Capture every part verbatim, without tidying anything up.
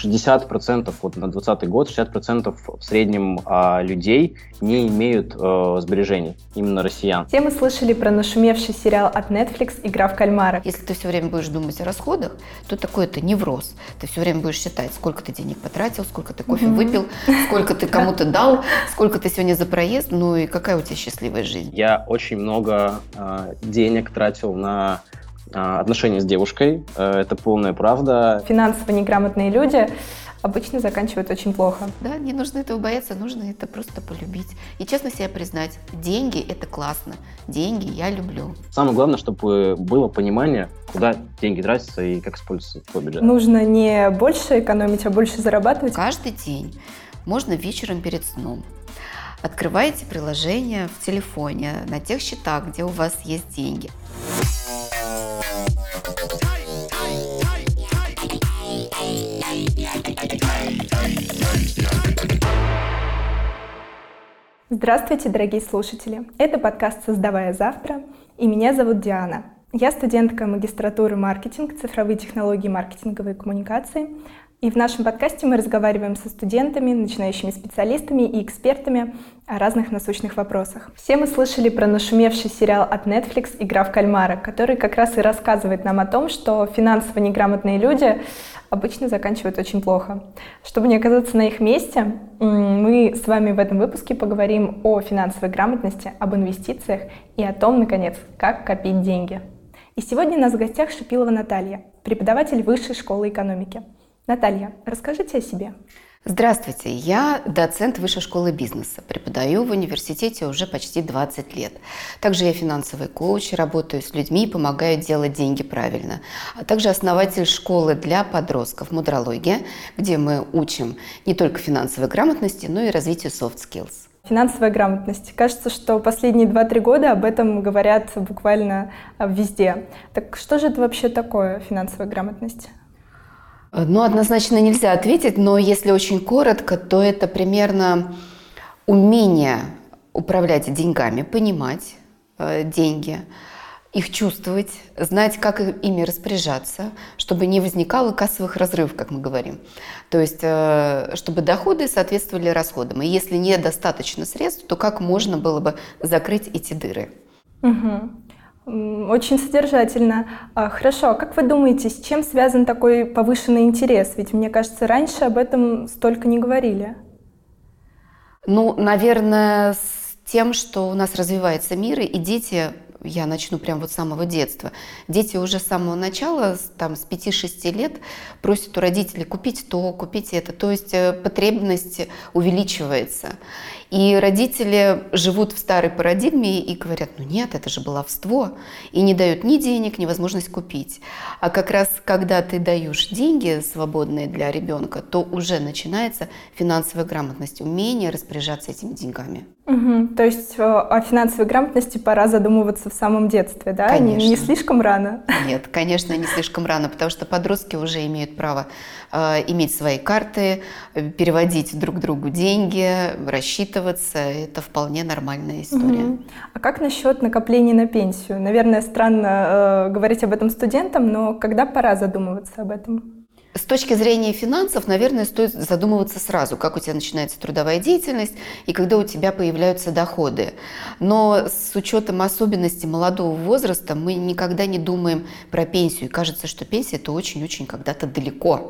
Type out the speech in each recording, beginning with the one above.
шестьдесят процентов вот на двадцатый год, шестьдесят процентов в среднем а, людей не имеют а, сбережений, именно россиян. Все мы слышали про нашумевший сериал от Netflix «Игра в кальмара». Если ты все время будешь думать о расходах, то такой это невроз. Ты все время будешь считать, сколько ты денег потратил, сколько ты кофе mm-hmm. выпил, сколько ты кому-то дал, сколько ты сегодня за проезд, ну и какая у тебя счастливая жизнь. Я очень много а, денег тратил на отношения с девушкой, это полная правда. Финансово неграмотные люди обычно заканчивают очень плохо. Да, не нужно этого бояться, нужно это просто полюбить. И честно себе признать, деньги – это классно, деньги я люблю. Самое главное, чтобы было понимание, куда деньги тратятся и как используется твой бюджет. Нужно не больше экономить, а больше зарабатывать. Каждый день, можно вечером перед сном, открываете приложение в телефоне на тех счетах, где у вас есть деньги. Здравствуйте, дорогие слушатели! Это подкаст «Создавая завтра», и меня зовут Диана. Я студентка магистратуры маркетинг, цифровые технологии, маркетинговые коммуникации. И в нашем подкасте мы разговариваем со студентами, начинающими специалистами и экспертами о разных насущных вопросах. Все мы слышали про нашумевший сериал от Netflix «Игра в кальмара», который как раз и рассказывает нам о том, что финансово неграмотные люди обычно заканчивают очень плохо. Чтобы не оказаться на их месте, мы с вами в этом выпуске поговорим о финансовой грамотности, об инвестициях и о том, наконец, как копить деньги. И сегодня у нас в гостях Шипилова Наталья, преподаватель Высшей школы экономики. Наталья, расскажите о себе. Здравствуйте, я доцент Высшей школы бизнеса, преподаю в университете уже почти двадцать лет. Также я финансовый коуч, работаю с людьми и помогаю делать деньги правильно. А также основатель школы для подростков «Мудрология», где мы учим не только финансовой грамотности, но и развитию soft skills. Финансовая грамотность. Кажется, что последние два-три года об этом говорят буквально везде. Так что же это вообще такое, финансовая грамотность? Ну, однозначно нельзя ответить, но если очень коротко, то это примерно умение управлять деньгами, понимать э, деньги, их чувствовать, знать, как ими распоряжаться, чтобы не возникало кассовых разрывов, как мы говорим. То есть, э, чтобы доходы соответствовали расходам. И если недостаточно средств, то как можно было бы закрыть эти дыры? Угу. Очень содержательно. Хорошо, а как вы думаете, с чем связан такой повышенный интерес? Ведь, мне кажется, раньше об этом столько не говорили. Ну, наверное, с тем, что у нас развивается мир, и дети, я начну прямо вот с самого детства, дети уже с самого начала, там, с пяти-шести лет просят у родителей купить то, купить это. То есть потребность увеличивается. И родители живут в старой парадигме и говорят, ну нет, это же баловство, и не дают ни денег, ни возможность купить. А как раз, когда ты даешь деньги свободные для ребенка, то уже начинается финансовая грамотность, умение распоряжаться этими деньгами. Угу. То есть о финансовой грамотности пора задумываться в самом детстве, да? Конечно. Не, не слишком рано? Нет, конечно, не слишком рано, потому что подростки уже имеют право э, иметь свои карты, переводить друг другу деньги, рассчитывать. Это вполне нормальная история. Угу. А как насчет накопления на пенсию? Наверное, странно э, говорить об этом студентам, но когда пора задумываться об этом? С точки зрения финансов, наверное, стоит задумываться сразу, как у тебя начинается трудовая деятельность и когда у тебя появляются доходы. Но с учетом особенностей молодого возраста мы никогда не думаем про пенсию. И кажется, что пенсия – это очень-очень когда-то далеко.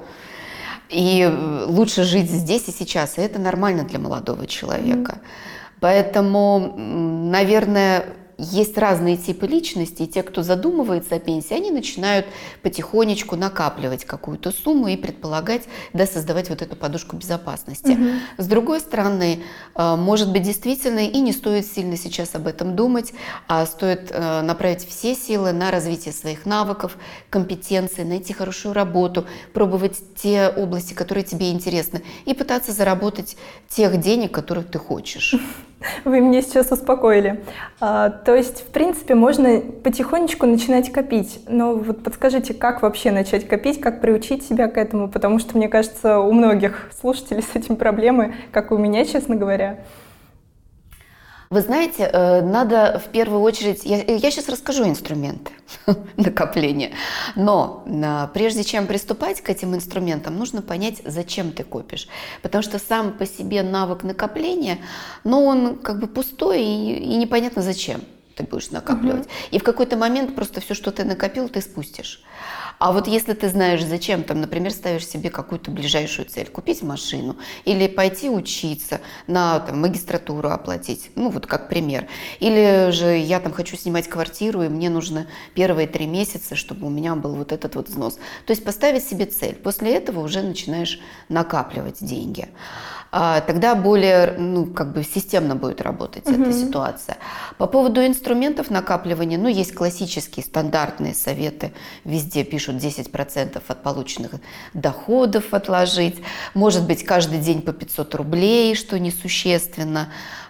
И лучше жить здесь и сейчас, и это нормально для молодого человека. Mm-hmm. Поэтому, наверное, есть разные типы личностей, и те, кто задумывается о пенсии, они начинают потихонечку накапливать какую-то сумму и предполагать, да, создавать вот эту подушку безопасности. Mm-hmm. С другой стороны, может быть, действительно и не стоит сильно сейчас об этом думать, а стоит направить все силы на развитие своих навыков, компетенций, найти хорошую работу, пробовать те области, которые тебе интересны, и пытаться заработать тех денег, которых ты хочешь. Вы меня сейчас успокоили. А, то есть, в принципе, можно потихонечку начинать копить. Но вот подскажите, как вообще начать копить, как приучить себя к этому? Потому что, мне кажется, у многих слушателей с этим проблемы, как и у меня, честно говоря. Вы знаете, надо в первую очередь, я, я сейчас расскажу инструменты накопления, но прежде чем приступать к этим инструментам, нужно понять, зачем ты копишь. Потому что сам по себе навык накопления, но он как бы пустой и, и непонятно зачем ты будешь накапливать. Uh-huh. И в какой-то момент просто все, что ты накопил, ты спустишь. А вот если ты знаешь, зачем, там, например, ставишь себе какую-то ближайшую цель, купить машину или пойти учиться, на там, магистратуру оплатить, ну вот как пример. Или же я там хочу снимать квартиру, и мне нужно первые три месяца, чтобы у меня был вот этот вот взнос. То есть поставить себе цель. После этого уже начинаешь накапливать деньги. Тогда более, ну, как бы системно будет работать mm-hmm. эта ситуация. По поводу инструментов накапливания, ну, есть классические стандартные советы. Везде пишут десять процентов от полученных доходов отложить. Может быть, каждый день по пятьсот рублей, что несущественно.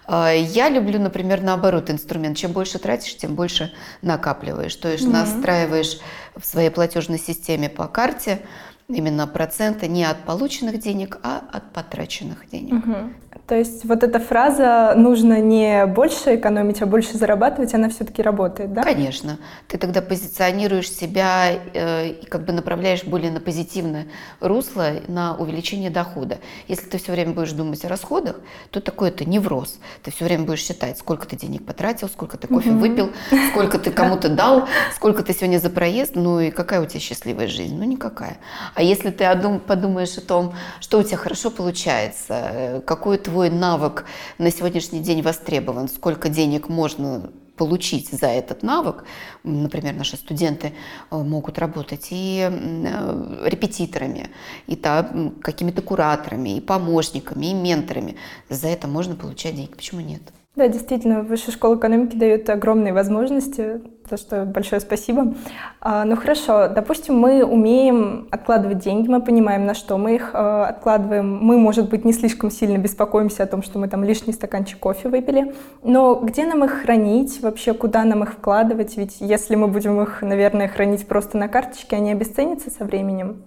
Я люблю, например, наоборот инструмент. Чем больше тратишь, тем больше накапливаешь. То есть mm-hmm. настраиваешь в своей платежной системе по карте именно проценты не от полученных денег, а от потраченных денег. Угу. То есть вот эта фраза «нужно не больше экономить, а больше зарабатывать», она все-таки работает, да? Конечно. Ты тогда позиционируешь себя э, и как бы направляешь более на позитивное русло, на увеличение дохода. Если ты все время будешь думать о расходах, то такой это невроз. Ты все время будешь считать, сколько ты денег потратил, сколько ты кофе угу. выпил, сколько ты кому-то дал, сколько ты сегодня за проезд, ну и какая у тебя счастливая жизнь? Ну никакая. А если ты подумаешь о том, что у тебя хорошо получается, какой твой навык на сегодняшний день востребован, сколько денег можно получить за этот навык, например, наши студенты могут работать и репетиторами, и там, какими-то кураторами, и помощниками, и менторами. За это можно получать деньги. Почему нет? Да, действительно, Высшая школа экономики дает огромные возможности, за что большое спасибо. А, ну хорошо, допустим, мы умеем откладывать деньги, мы понимаем, на что мы их а, откладываем. Мы, может быть, не слишком сильно беспокоимся о том, что мы там лишний стаканчик кофе выпили. Но где нам их хранить, вообще куда нам их вкладывать? Ведь если мы будем их, наверное, хранить просто на карточке, они обесценятся со временем.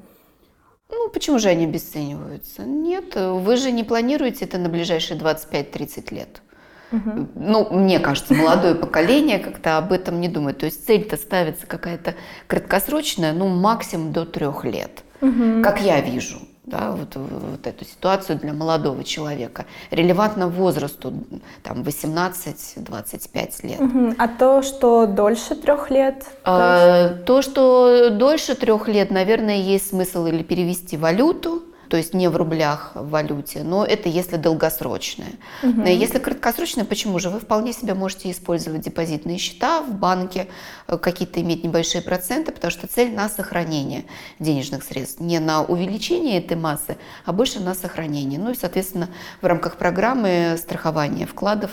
Ну, почему же они обесцениваются? Нет, вы же не планируете это на ближайшие двадцать пять тридцать лет. Угу. Ну, мне кажется, молодое поколение как-то об этом не думает. То есть цель-то ставится какая-то краткосрочная, ну, максимум до трех лет. Угу. Как я вижу, да, вот, вот эту ситуацию для молодого человека. Релевантно возрасту, там, восемнадцать-двадцать пять лет. Угу. А то, что дольше трех лет? А, то, что дольше трех лет, наверное, есть смысл или перевести валюту, то есть не в рублях, в валюте, но это если долгосрочное. Угу. Если краткосрочное, почему же? Вы вполне себе можете использовать депозитные счета в банке, какие-то иметь небольшие проценты, потому что цель на сохранение денежных средств, не на увеличение этой массы, а больше на сохранение. Ну и, соответственно, в рамках программы страхования вкладов,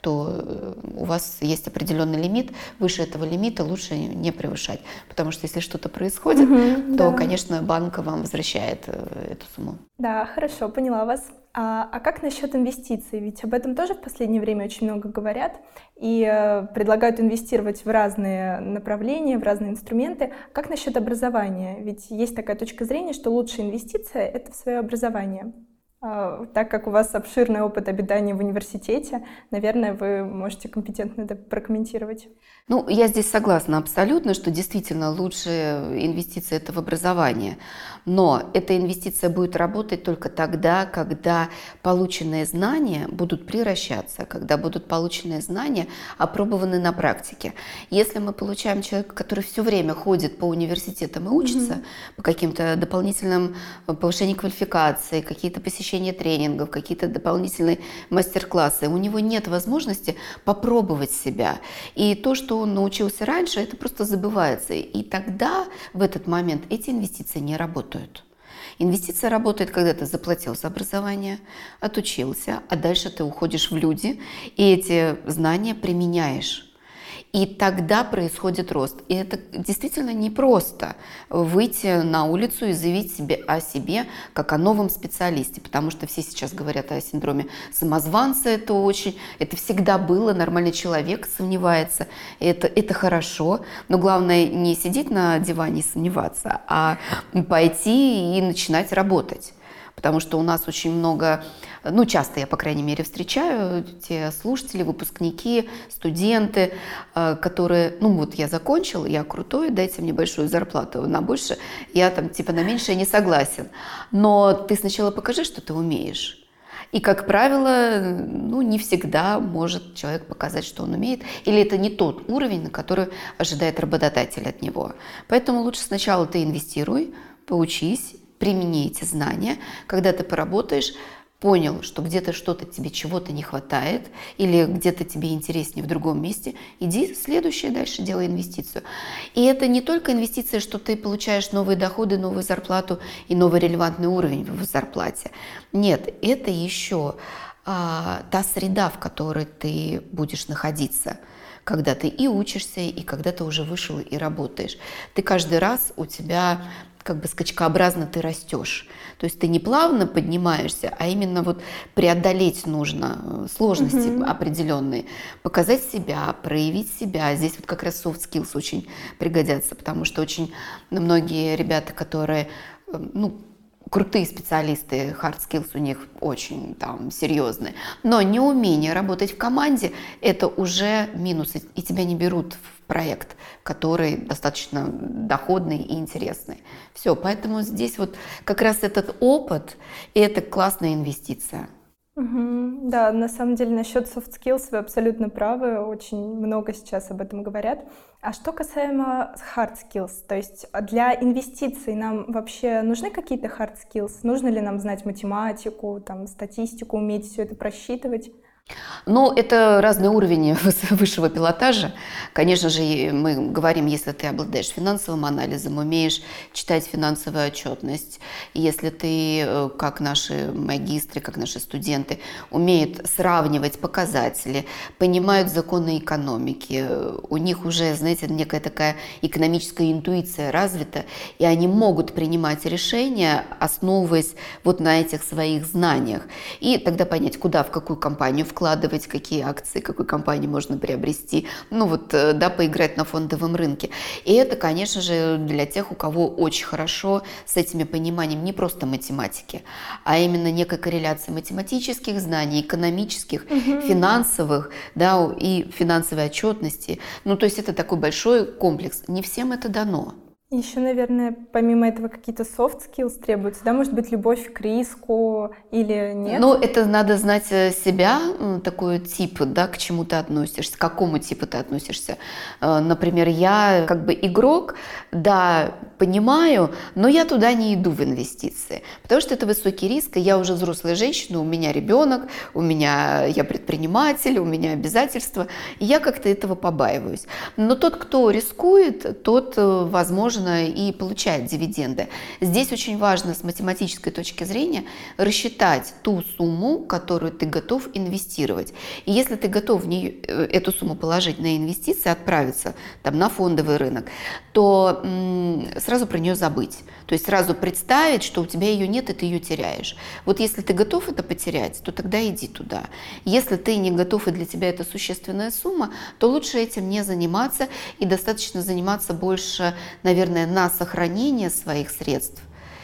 то у вас есть определенный лимит, выше этого лимита лучше не превышать, потому что если что-то происходит, угу, то, да. конечно, банк вам возвращает эту сумму. Да, хорошо, поняла вас. А, а как насчет инвестиций? Ведь об этом тоже в последнее время очень много говорят и э, предлагают инвестировать в разные направления, в разные инструменты. Как насчет образования? Ведь есть такая точка зрения, что лучшая инвестиция – это в свое образование. А, так как у вас обширный опыт обитания в университете, наверное, вы можете компетентно это прокомментировать. Ну, я здесь согласна абсолютно, что действительно лучшая инвестиция – это в образование. Но эта инвестиция будет работать только тогда, когда полученные знания будут превращаться, когда будут полученные знания опробованы на практике. Если мы получаем человека, который все время ходит по университетам и учится, mm-hmm. по каким-то дополнительным повышениям квалификации, какие-то посещения тренингов, какие-то дополнительные мастер-классы, у него нет возможности попробовать себя. И то, что он научился раньше, это просто забывается. И тогда, в этот момент, эти инвестиции не работают. Инвестиция работает, когда ты заплатил за образование, отучился, а дальше ты уходишь в люди и эти знания применяешь. И тогда происходит рост. И это действительно непросто выйти на улицу и заявить себе о себе как о новом специалисте, потому что все сейчас говорят о синдроме самозванца, это очень, это всегда было, нормальный человек сомневается, это, это хорошо, но главное не сидеть на диване и сомневаться, а пойти и начинать работать. Потому что у нас очень много, ну, часто я, по крайней мере, встречаю те слушатели, выпускники, студенты, которые, ну, вот я закончил, я крутой, дайте мне большую зарплату, на больше, я там, типа, на меньшее не согласен. Но ты сначала покажи, что ты умеешь. И, как правило, ну, не всегда может человек показать, что он умеет, или это не тот уровень, на который ожидает работодатель от него. Поэтому лучше сначала ты инвестируй, поучись, примени эти знания. Когда ты поработаешь, понял, что где-то что-то тебе чего-то не хватает, или где-то тебе интереснее в другом месте, иди следующее дальше делай инвестицию. И это не только инвестиция, что ты получаешь новые доходы, новую зарплату и новый релевантный уровень в зарплате. Нет, это еще а, та среда, в которой ты будешь находиться, когда ты и учишься, и когда ты уже вышел и работаешь. Ты каждый раз, у тебя как бы скачкообразно ты растешь. То есть ты не плавно поднимаешься, а именно вот преодолеть нужно сложности mm-hmm. определенные, показать себя, проявить себя. Здесь вот как раз soft skills очень пригодятся, потому что очень многие ребята, которые, ну, крутые специалисты, hard skills у них очень там серьезные, но неумение работать в команде – это уже минус, и тебя не берут в проект, который достаточно доходный и интересный. Все, поэтому здесь вот как раз этот опыт – это классная инвестиция. Угу. Да, на самом деле насчет soft skills вы абсолютно правы, очень много сейчас об этом говорят. А что касаемо hard skills, то есть для инвестиций нам вообще нужны какие-то hard skills? Нужно ли нам знать математику, там, статистику, уметь все это просчитывать? Ну, это разные уровни высшего пилотажа. Конечно же, мы говорим, если ты обладаешь финансовым анализом, умеешь читать финансовую отчетность, если ты, как наши магистры, как наши студенты, умеют сравнивать показатели, понимают законы экономики, у них уже, знаете, некая такая экономическая интуиция развита, и они могут принимать решения, основываясь вот на этих своих знаниях. И тогда понять, куда, в какую компанию вкладывать, какие акции, какой компании можно приобрести, ну вот, да, поиграть на фондовом рынке. И это, конечно же, для тех, у кого очень хорошо с этими пониманием не просто математики, а именно некая корреляция математических знаний, экономических, угу. финансовых, да, и финансовой отчетности. Ну, то есть это такой большой комплекс. Не всем это дано. Еще, наверное, помимо этого какие-то soft skills требуются, да, может быть, любовь к риску или нет? Ну, это надо знать себя, такой тип, да, к чему ты относишься, к какому типу ты относишься. Например, я как бы игрок, да, понимаю, но я туда не иду в инвестиции, потому что это высокий риск, и я уже взрослая женщина, у меня ребенок, у меня, я предприниматель, у меня обязательства, и я как-то этого побаиваюсь. Но тот, кто рискует, тот, возможно, и получает дивиденды. Здесь очень важно с математической точки зрения рассчитать ту сумму, которую ты готов инвестировать. И если ты готов в нее, эту сумму положить на инвестиции, отправиться там, на фондовый рынок, то м- сразу про нее забыть. То есть сразу представить, что у тебя ее нет, и ты ее теряешь. Вот если ты готов это потерять, то тогда иди туда. Если ты не готов, и для тебя это существенная сумма, то лучше этим не заниматься, и достаточно заниматься больше, наверное, на сохранение своих средств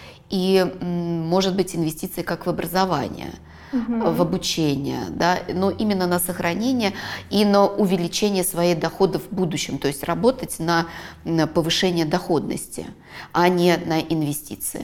и, может быть, инвестиции как в образование, угу. в обучение, да, но именно на сохранение и на увеличение своих доходов в будущем, то есть работать на, на повышение доходности, а не на инвестиции.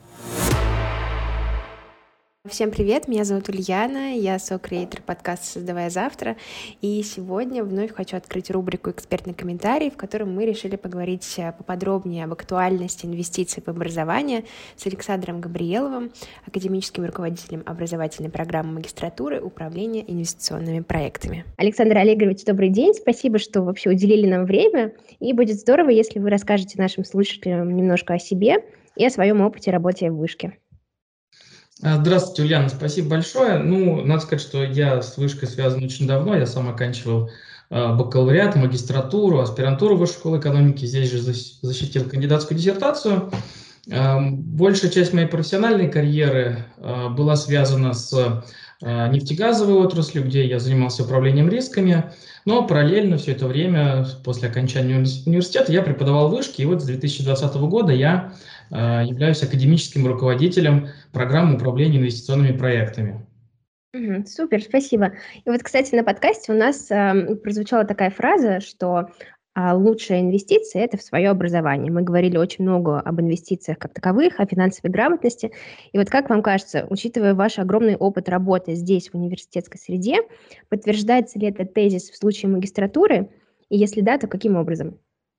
Всем привет, меня зовут Ульяна, я со-креатор подкаста «Создавая завтра», и сегодня вновь хочу открыть рубрику «Экспертный комментарий», в котором мы решили поговорить поподробнее об актуальности инвестиций в образование с Александром Габриеловым, академическим руководителем образовательной программы магистратуры управления инвестиционными проектами. Александр Олегович, добрый день, спасибо, что вообще уделили нам время, и будет здорово, если вы расскажете нашим слушателям немножко о себе и о своем опыте работы в вышке. Здравствуйте, Ульяна, спасибо большое. Ну, надо сказать, что я с вышкой связан очень давно. Я сам оканчивал э, бакалавриат, магистратуру, аспирантуру Высшей школы экономики. Здесь же защитил кандидатскую диссертацию. Э, большая часть моей профессиональной карьеры э, была связана с э, нефтегазовой отраслью, где я занимался управлением рисками. Но параллельно все это время, после окончания университета, я преподавал в вышке. И вот с две тысячи двадцатого года я являюсь академическим руководителем программы управления инвестиционными проектами. Мгм. Супер, спасибо. И вот, кстати, на подкасте у нас ам, прозвучала такая фраза, что а, лучшая инвестиция– это в свое образование. Мы говорили очень много об инвестициях как таковых, о финансовой грамотности. И вот как вам кажется, учитывая ваш огромный опыт работы здесь, в университетской среде, подтверждается ли этот тезис в случае магистратуры? И если да, то каким образом?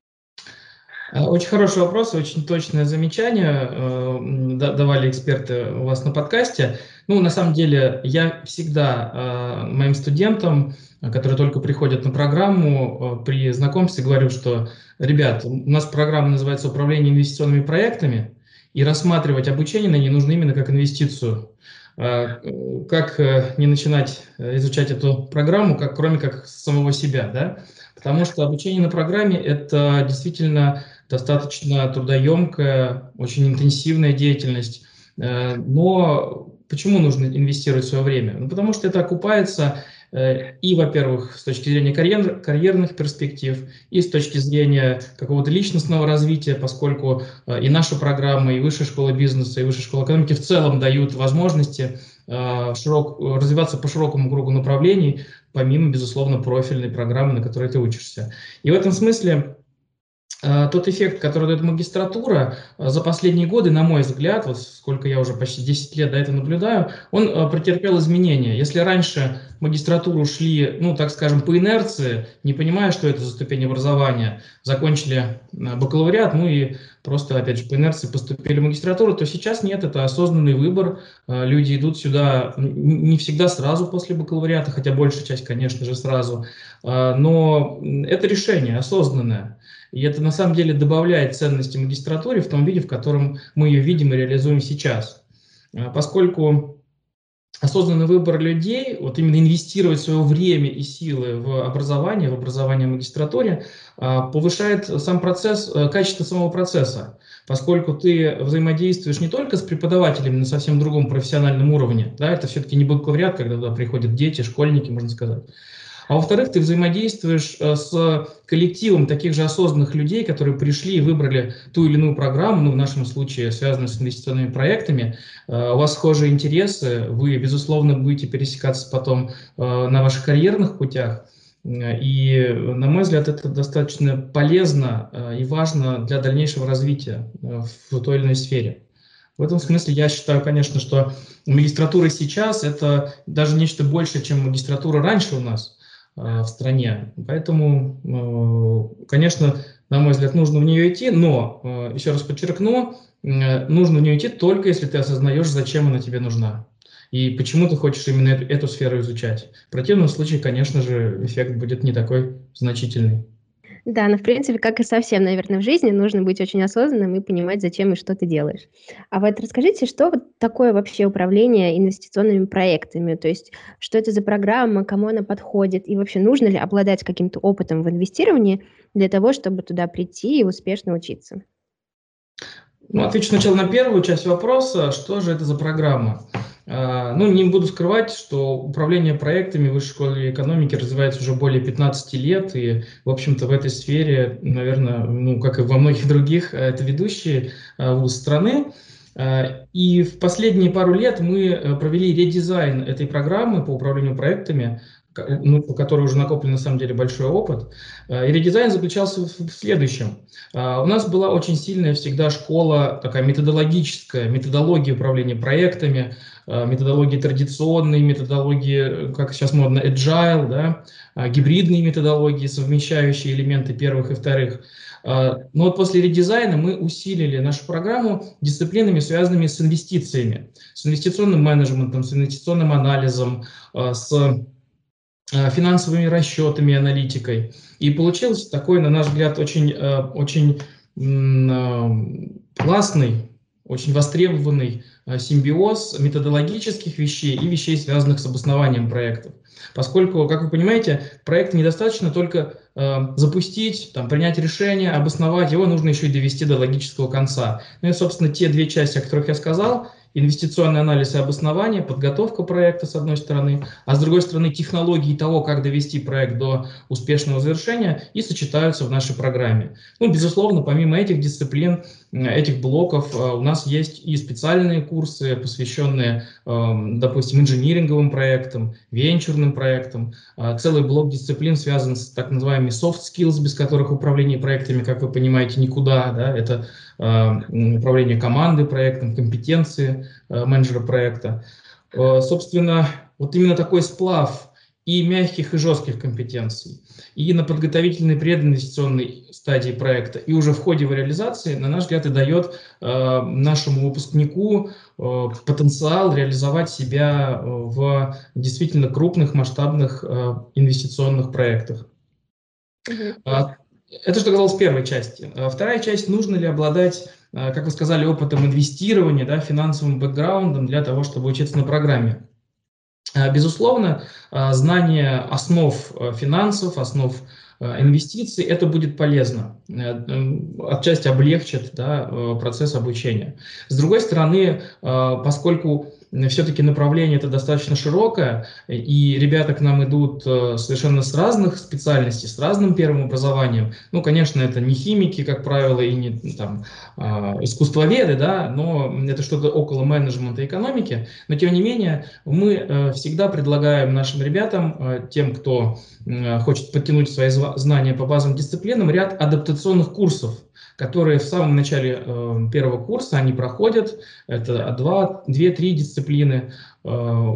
А, Очень хороший вопрос, и очень точное замечание э, м, да- давали эксперты у вас на подкасте. Ну, на самом деле, я всегда э, моим студентам, э, которые только приходят на программу, э, при знакомстве говорю, что, ребят, у нас программа называется «Управление инвестиционными проектами», и рассматривать обучение на ней нужно именно как инвестицию. Э, э, Как э, не начинать э, изучать эту программу, как, кроме как с самого себя, да? Потому что обучение на программе– это действительно достаточно трудоемкая, очень интенсивная деятельность. Э, Но почему нужно инвестировать свое время? Ну, потому что это окупается э, и, во-первых, с точки зрения карьер, карьерных перспектив, и с точки зрения какого-то личностного развития, поскольку э, и наша программа, и Высшая школа бизнеса, и Высшая школа экономики в целом дают возможности э, широк, развиваться по широкому кругу направлений, помимо, безусловно, профильной программы, на которой ты учишься. И в этом смысле э, тот эффект, который дает магистратура, э, за последние годы, на мой взгляд, вот сколько я уже почти десять лет до этого наблюдаю, он э, претерпел изменения. Если раньше в магистратуру шли, ну, так скажем, по инерции, не понимая, что это за ступень образования, закончили э, бакалавриат, ну и просто, опять же, по инерции поступили в магистратуру, то сейчас нет, это осознанный выбор. Э, Люди идут сюда н- не всегда сразу после бакалавриата, хотя большая часть, конечно же, сразу, Э, но м, это решение осознанное. И это на самом деле добавляет ценности магистратуре в том виде, в котором мы ее видим и реализуем сейчас. А, Поскольку осознанный выбор людей, вот именно инвестировать свое время и силы в образование, в образование в магистратуре, а, повышает сам процесс, э, качество самого процесса, поскольку ты взаимодействуешь не только с преподавателями на совсем другом профессиональном уровне, да, это все-таки не бакалавриат, когда туда приходят дети, школьники, можно сказать, а во-вторых, ты взаимодействуешь э, с коллективом таких же осознанных людей, которые пришли и выбрали ту или иную программу, ну, в нашем случае, связанную с инвестиционными проектами. Э, У вас схожие интересы, вы, безусловно, будете пересекаться потом э, на ваших карьерных путях. Э, И, на мой взгляд, это достаточно полезно э, и важно для дальнейшего развития э, в той или иной сфере. В этом смысле я считаю, конечно, что магистратура сейчас– это даже нечто большее, чем магистратура раньше у нас э, в стране. Поэтому, э, конечно, на мой взгляд, нужно в нее идти, но, э, еще раз подчеркну, э, нужно в нее идти только если ты осознаешь, зачем она тебе нужна. И почему ты хочешь именно эту, эту сферу изучать. В противном случае, конечно же, эффект будет не такой значительный. Да, но в принципе, как и совсем, наверное, в жизни, нужно быть очень осознанным и понимать, зачем и что ты делаешь. А вот расскажите, что вот такое вообще управление инвестиционными проектами? То есть, что это за программа, кому она подходит, и вообще нужно ли обладать каким-то опытом в инвестировании для того, чтобы туда прийти и успешно учиться? Ну, отвечу сначала на первую часть вопроса. Что же это за программа? А, Ну, не буду скрывать, что управление проектами в Высшей школе экономики развивается уже более пятнадцати лет, и, в общем-то, в этой сфере, наверное, ну, как и во многих других, это ведущий а, вуз страны. А, И в последние пару лет мы э, провели редизайн этой программы по управлению проектами, ка- ну, по которой уже накоплен на самом деле большой опыт. А, И редизайн заключался в в следующем. А, У нас была очень сильная всегда школа, такая методологическая, методология управления проектами, а, методологии традиционные, методологии, как сейчас модно, agile, да, а, гибридные методологии, совмещающие элементы первых и вторых. А, Но вот после редизайна мы усилили нашу программу дисциплинами, связанными с инвестициями, с инвестиционным менеджментом, с инвестиционным анализом, а, с э, финансовыми расчетами, аналитикой. И получился такой, на наш взгляд, очень, э, очень м, э, классный, очень востребованный э, симбиоз методологических вещей и вещей, связанных с обоснованием проектов. Поскольку, как вы понимаете, проект недостаточно только э, запустить, там, принять решение, обосновать, его нужно еще и довести до логического конца. Ну и, собственно, те две части, о которых я сказал, инвестиционный анализ и обоснование, подготовка проекта, с одной стороны, а с другой стороны, технологии того, как довести проект до успешного завершения, и сочетаются в нашей программе. Ну, безусловно, помимо этих дисциплин, этих блоков, у нас есть и специальные курсы, посвященные, допустим, инжиниринговым проектам, венчурным проектам. Целый блок дисциплин связан с так называемыми soft skills, без которых управление проектами, как вы понимаете, никуда. Да? Это управление командой проектом, компетенции менеджера проекта. Собственно, вот именно такой сплав и мягких, и жестких компетенций, и на подготовительной прединвестиционной стадии проекта, и уже в ходе его реализации, на наш взгляд, и дает э, нашему выпускнику э, потенциал реализовать себя в действительно крупных, масштабных э, инвестиционных проектах. Mm-hmm. Это что касалось первой части. Вторая часть: нужно ли обладать, как вы сказали, опытом инвестирования, да, финансовым бэкграундом для того, чтобы учиться на программе. Безусловно, знание основ финансов, основ инвестиций, это будет полезно, отчасти облегчит, да, процесс обучения. С другой стороны, поскольку все-таки направление это достаточно широкое, и ребята к нам идут совершенно с разных специальностей, с разным первым образованием. Ну, конечно, это не химики, как правило, и не там, искусствоведы, да, но это что-то около менеджмента и экономики. Но, тем не менее, мы всегда предлагаем нашим ребятам, тем, кто хочет подтянуть свои знания по базовым дисциплинам, ряд адаптационных курсов, которые в самом начале э, первого курса они проходят. Это две-три дисциплины, э,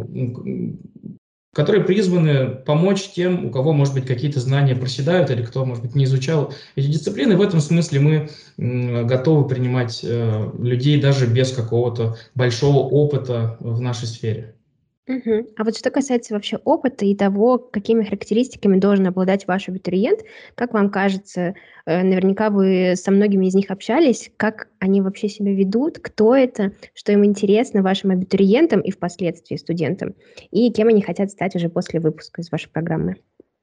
которые призваны помочь тем, у кого, может быть, какие-то знания проседают или кто, может быть, не изучал эти дисциплины. В этом смысле мы э, готовы принимать э, людей даже без какого-то большого опыта в нашей сфере. Угу. А вот что касается вообще опыта и того, какими характеристиками должен обладать ваш абитуриент, как вам кажется, наверняка вы со многими из них общались, как они вообще себя ведут, кто это, что им интересно вашим абитуриентам и впоследствии студентам, и кем они хотят стать уже после выпуска из вашей программы?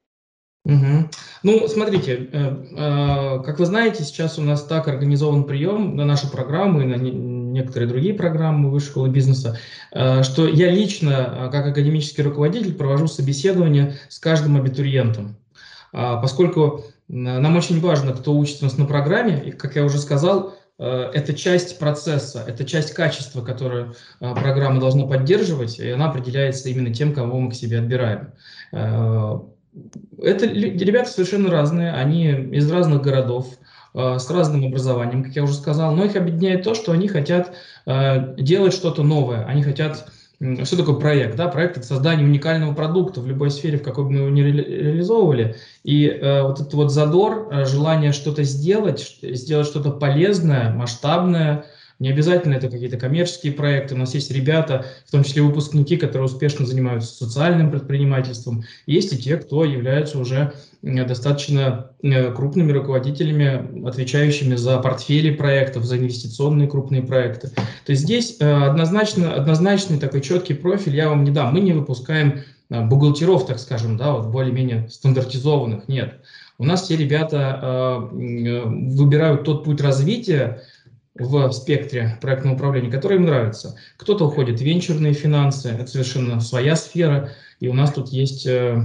Угу. Ну, смотрите, э, э, как вы знаете, сейчас у нас так организован прием на нашу программу и на не, некоторые другие программы Высшей школы бизнеса, э, что я лично, как академический руководитель, провожу собеседование с каждым абитуриентом, э, поскольку нам очень важно, кто учится у нас на программе, и, как я уже сказал, э, это часть процесса, это часть качества, которое э, программа должна поддерживать, и она определяется именно тем, кого мы к себе отбираем. Э, Это ребята совершенно разные, они из разных городов, э, с разным образованием, как я уже сказал, но их объединяет то, что они хотят э, делать что-то новое, они хотят... Э, что такое проект? Да? Проект – это создание уникального продукта в любой сфере, в какой бы мы его ни ре реализовывали. И э, вот этот вот задор, э, желание что-то сделать, сделать что-то полезное, масштабное. Не обязательно это какие-то коммерческие проекты. У нас есть ребята, в том числе выпускники, которые успешно занимаются социальным предпринимательством. Есть и те, кто являются уже достаточно крупными руководителями, отвечающими за портфели проектов, за инвестиционные крупные проекты. То есть здесь однозначно, однозначный такой четкий профиль я вам не дам. Мы не выпускаем бухгалтеров, так скажем, да, вот более-менее стандартизованных. Нет. У нас все ребята выбирают тот путь развития в спектре проектного управления, который им нравится. Кто-то уходит в венчурные финансы, это совершенно своя сфера, и у нас тут есть э,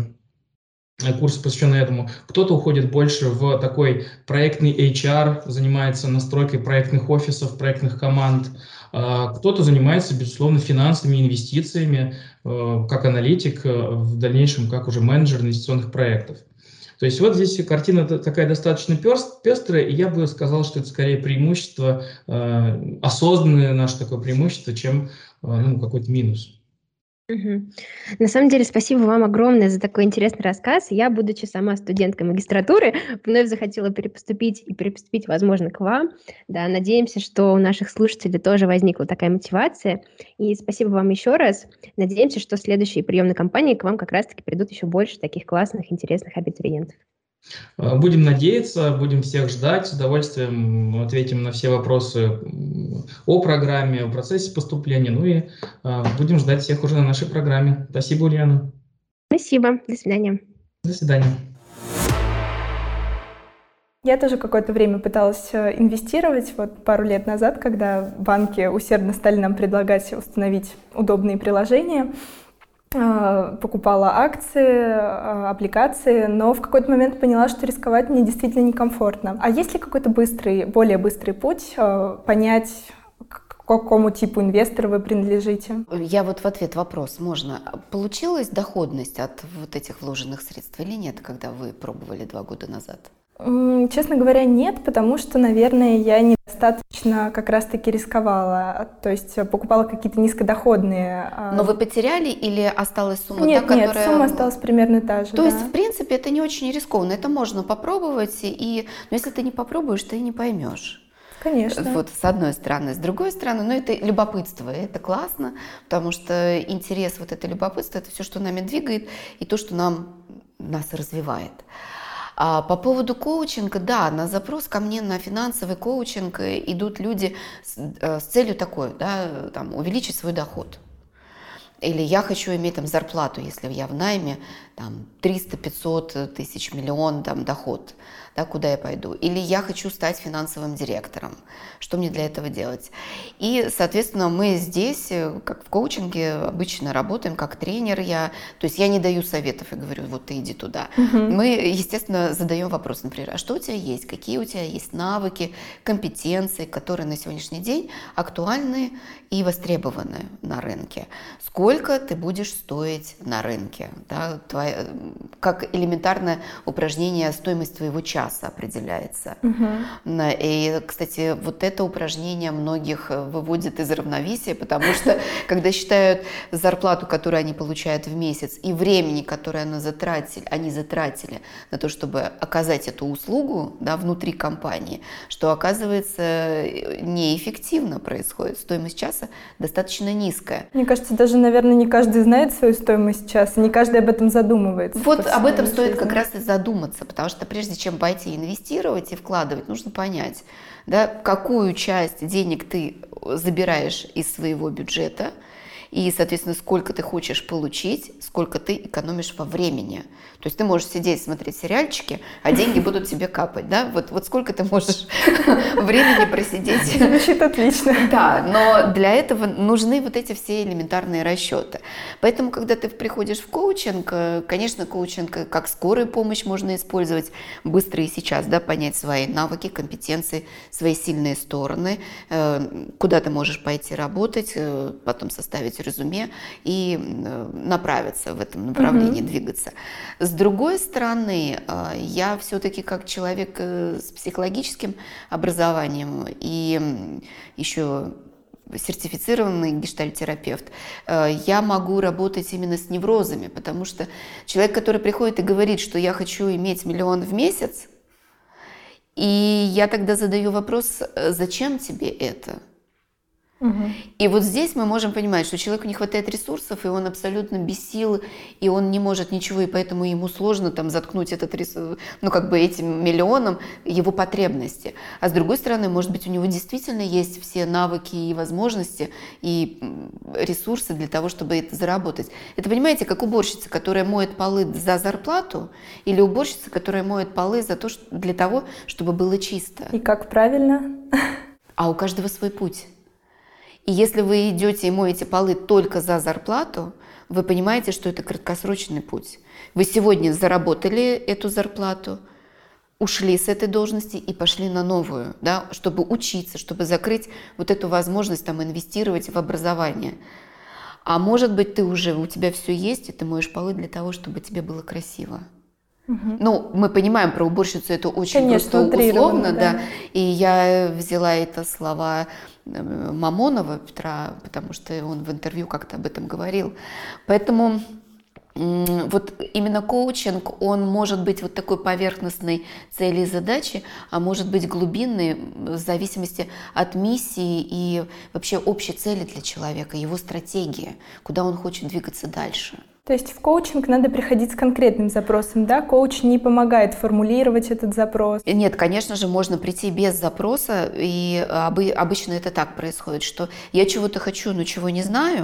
курсы, посвященные этому. Кто-то уходит больше в такой проектный эйч ар, занимается настройкой проектных офисов, проектных команд. Э, кто-то занимается, безусловно, финансами, инвестициями, э, как аналитик, э, в дальнейшем как уже менеджер инвестиционных проектов. То есть вот здесь картина такая достаточно пестрая, и я бы сказал, что это скорее преимущество, э, осознанное наше такое преимущество, чем э, ну, какой-то минус. Угу. На самом деле, спасибо вам огромное за такой интересный рассказ. Я, будучи сама студенткой магистратуры, вновь захотела перепоступить и перепоступить, возможно, к вам. Да, надеемся, что у наших слушателей тоже возникла такая мотивация. И спасибо вам еще раз. Надеемся, что в следующей приемной кампании к вам как раз-таки придут еще больше таких классных, интересных абитуриентов. Будем надеяться, будем всех ждать, с удовольствием ответим на все вопросы о программе, о процессе поступления, ну и э, будем ждать всех уже на нашей программе. Спасибо, Ульяна. Спасибо, до свидания. До свидания. Я тоже какое-то время пыталась инвестировать, вот пару лет назад, когда банки усердно стали нам предлагать установить удобные приложения. Покупала акции, облигации, но в какой-то момент поняла, что рисковать мне действительно некомфортно. А есть ли какой-то быстрый, более быстрый путь понять, к какому типу инвестора вы принадлежите? Я вот в ответ вопрос, можно. Получилась доходность от вот этих вложенных средств или нет, когда вы пробовали два года назад? Честно говоря, нет, потому что, наверное, я недостаточно как раз-таки рисковала, то есть покупала какие-то низкодоходные. Но вы потеряли или осталась сумма нет, та, нет, которая... сумма осталась примерно та же. То да. есть, в принципе, это не очень рискованно, это можно попробовать, и... но если ты не попробуешь, ты и не поймешь. Конечно. Вот с одной стороны. С другой стороны, ну это любопытство, это классно, потому что интерес, вот это любопытство, это все, что нами двигает, и то, что нам, нас развивает. А по поводу коучинга, да, на запрос ко мне на финансовый коучинг идут люди с, с целью такой, да, там, увеличить свой доход. Или я хочу иметь там зарплату, если я в найме, там триста-пятьсот тысяч, миллион там доход, да, куда я пойду. Или я хочу стать финансовым директором, что мне для этого делать. И, соответственно, мы здесь, как в коучинге, обычно работаем как тренер я, то есть я не даю советов и говорю, вот ты иди туда. Uh-huh. Мы, естественно, задаем вопрос, например, а что у тебя есть, какие у тебя есть навыки, компетенции, которые на сегодняшний день актуальны и востребованы на рынке. Сколько ты будешь стоить на рынке, да, твоя, как элементарное упражнение, стоимость твоего часа определяется. Uh-huh. И, кстати, вот это упражнение многих выводит из равновесия, потому что, когда считают зарплату, которую они получают в месяц, и времени, которое они затратили, они затратили на то, чтобы оказать эту услугу, да, внутри компании, что, оказывается, неэффективно происходит. Стоимость часа достаточно низкая. Мне кажется, даже, наверное, не каждый знает свою стоимость часа, не каждый об этом задумывается. Вот об этом стоит жизни. Как раз и задуматься, потому что прежде чем пойти инвестировать и вкладывать, нужно понять, да, какую часть денег ты забираешь из своего бюджета и, соответственно, сколько ты хочешь получить, сколько ты экономишь во времени. То есть ты можешь сидеть, смотреть сериальчики, а деньги будут тебе капать, да? Вот, вот сколько ты можешь времени просидеть. Звучит отлично. Да, но для этого нужны вот эти все элементарные расчеты. Поэтому, когда ты приходишь в коучинг, конечно, коучинг как скорую помощь можно использовать быстро и сейчас, да, понять свои навыки, компетенции, свои сильные стороны, куда ты можешь пойти работать, потом составить резюме и направиться в этом направлении, mm-hmm. двигаться. С другой стороны, я все-таки как человек с психологическим образованием и еще сертифицированный гештальт-терапевт, я могу работать именно с неврозами, потому что человек, который приходит и говорит, что я хочу иметь миллион в месяц, и я тогда задаю вопрос, зачем тебе это? Угу. И вот здесь мы можем понимать, что человеку не хватает ресурсов, и он абсолютно без сил, и он не может ничего, и поэтому ему сложно там заткнуть этот ресурс, ну как бы этим миллионом его потребности. А с другой стороны, может быть, у него действительно есть все навыки и возможности, и ресурсы для того, чтобы это заработать. Это, понимаете, как уборщица, которая моет полы за зарплату, или уборщица, которая моет полы за то, что, для того, чтобы было чисто. И как правильно? А у каждого свой путь. И если вы идете и моете полы только за зарплату, вы понимаете, что это краткосрочный путь. Вы сегодня заработали эту зарплату, ушли с этой должности и пошли на новую, да, чтобы учиться, чтобы закрыть вот эту возможность там, инвестировать в образование. А может быть, ты уже, у тебя все есть, и ты моешь полы для того, чтобы тебе было красиво. Угу. Ну, мы понимаем, про уборщицу это очень Конечно, просто условно, да. да. И я взяла это слова Мамонова Петра, потому что он в интервью как-то об этом говорил. Поэтому вот именно коучинг, он может быть вот такой поверхностной цели и задачи, а может быть глубинной в зависимости от миссии и вообще общей цели для человека, его стратегии, куда он хочет двигаться дальше. То есть в коучинг надо приходить с конкретным запросом, да? Коуч не помогает формулировать этот запрос? Нет, конечно же, можно прийти без запроса, и обычно это так происходит, что я чего-то хочу, но чего не знаю,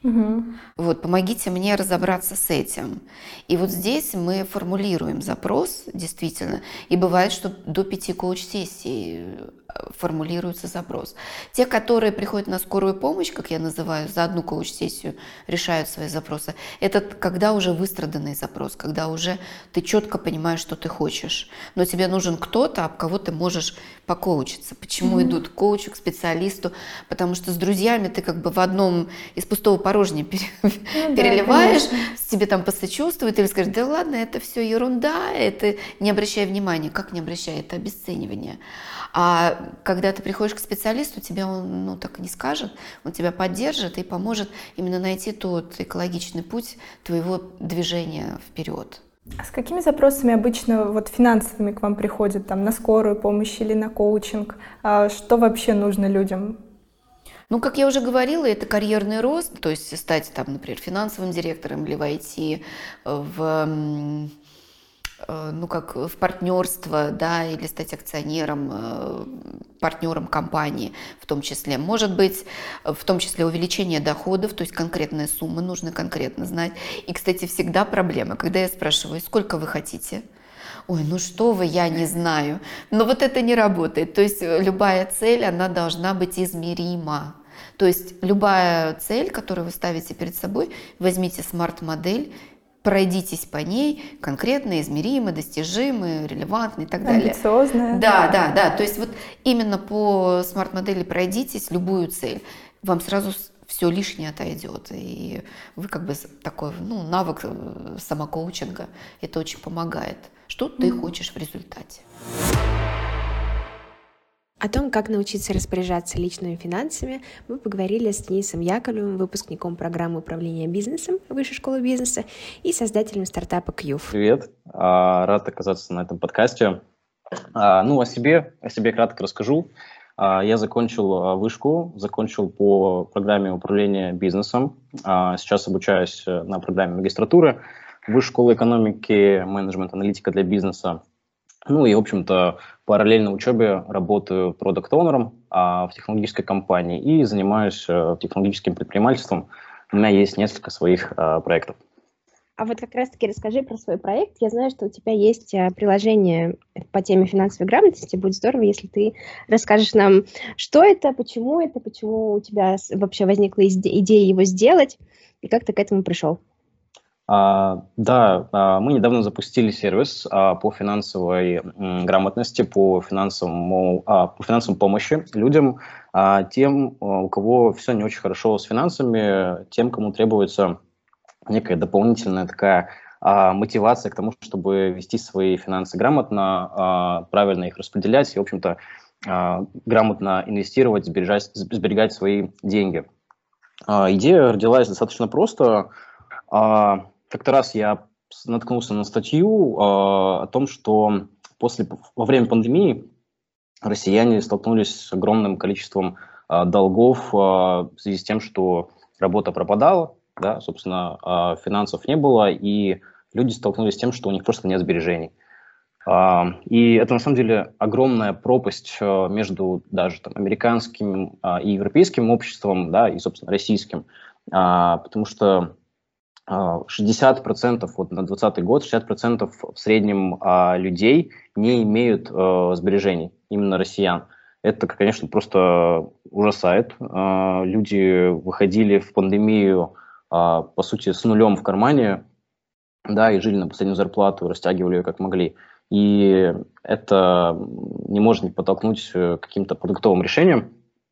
Угу. Вот, помогите мне разобраться с этим. И вот здесь мы формулируем запрос, действительно, и бывает, что до пяти коуч-сессий формулируется запрос. Те, которые приходят на скорую помощь, как я называю, за одну коуч-сессию решают свои запросы, это когда уже выстраданный запрос, когда уже ты четко понимаешь, что ты хочешь. Но тебе нужен кто-то, об кого ты можешь покоучиться. Почему mm-hmm. идут к коучу, к специалисту? Потому что с друзьями ты как бы в одном из пустого порожня пере... ну, переливаешь, да, тебе там посочувствуют или скажут, да ладно, это все ерунда, это не обращай внимания. Как не обращай? Это обесценивание. А когда ты приходишь к специалисту, тебе он ну, так и не скажет, он тебя поддержит и поможет именно найти тот экологичный путь твоего движения вперед. А с какими запросами обычно вот финансовыми к вам приходят, там, на скорую помощь или на коучинг? А что вообще нужно людям? Ну, как я уже говорила, это карьерный рост, то есть стать, там, например, финансовым директором или войти в... ну, как в партнерство, да, или стать акционером, партнером компании в том числе. Может быть, в том числе увеличение доходов, то есть конкретные суммы нужно конкретно знать. И, кстати, всегда проблема, когда я спрашиваю, сколько вы хотите? Ой, ну что вы, я не знаю. Но вот это не работает. То есть любая цель, она должна быть измерима. То есть любая цель, которую вы ставите перед собой, возьмите смарт-модель, пройдитесь по ней, конкретно, измеримы, достижимы, релевантны и так далее. Амбициозная. Да, да, да. То есть вот именно по смарт-модели пройдитесь любую цель. Вам сразу все лишнее отойдет. И вы как бы такой ну, навык самокоучинга. Это очень помогает. Что ты mm-hmm. хочешь в результате. О том, как научиться распоряжаться личными финансами, мы поговорили с Денисом Яковлевым, выпускником программы управления бизнесом Высшей школы бизнеса и создателем стартапа Кьюв. Привет, рад оказаться на этом подкасте. Ну, о себе, о себе кратко расскажу. Я закончил вышку, закончил по программе управления бизнесом. Сейчас обучаюсь на программе магистратуры Высшей школы экономики, менеджмент, аналитика для бизнеса. Ну и, в общем-то, параллельно учебе работаю продакт-оунером а, в технологической компании и занимаюсь а, технологическим предпринимательством. У меня есть несколько своих а, проектов. А вот как раз-таки расскажи про свой проект. Я знаю, что у тебя есть а, приложение по теме финансовой грамотности. Будет здорово, если ты расскажешь нам, что это, почему это, почему у тебя вообще возникла идея его сделать и как ты к этому пришел. А, да, а, мы недавно запустили сервис а, по финансовой м, грамотности, по финансовому, а, по финансовой помощи людям, а, тем, у кого все не очень хорошо с финансами, тем, кому требуется некая дополнительная такая а, мотивация к тому, чтобы вести свои финансы грамотно, а, правильно их распределять и, в общем-то, а, грамотно инвестировать, сберегать, сберегать свои деньги. А, идея родилась достаточно просто. А, Как-то раз я наткнулся на статью э, о том, что после, во время пандемии россияне столкнулись с огромным количеством э, долгов э, в связи с тем, что работа пропадала, да, собственно, э, финансов не было, и люди столкнулись с тем, что у них просто нет сбережений. Э, и это, на самом деле, огромная пропасть э, между даже там, американским э, и европейским обществом, да, и, собственно, российским, э, потому что шестьдесят процентов вот на двадцатый год, шестьдесят процентов в среднем а, людей не имеют а, сбережений, именно россиян. Это, конечно, просто ужасает. А, люди выходили в пандемию, а, по сути, с нулем в кармане, да, и жили на последнюю зарплату, растягивали ее как могли. И это не может не подтолкнуть к каким-то продуктовым решениям.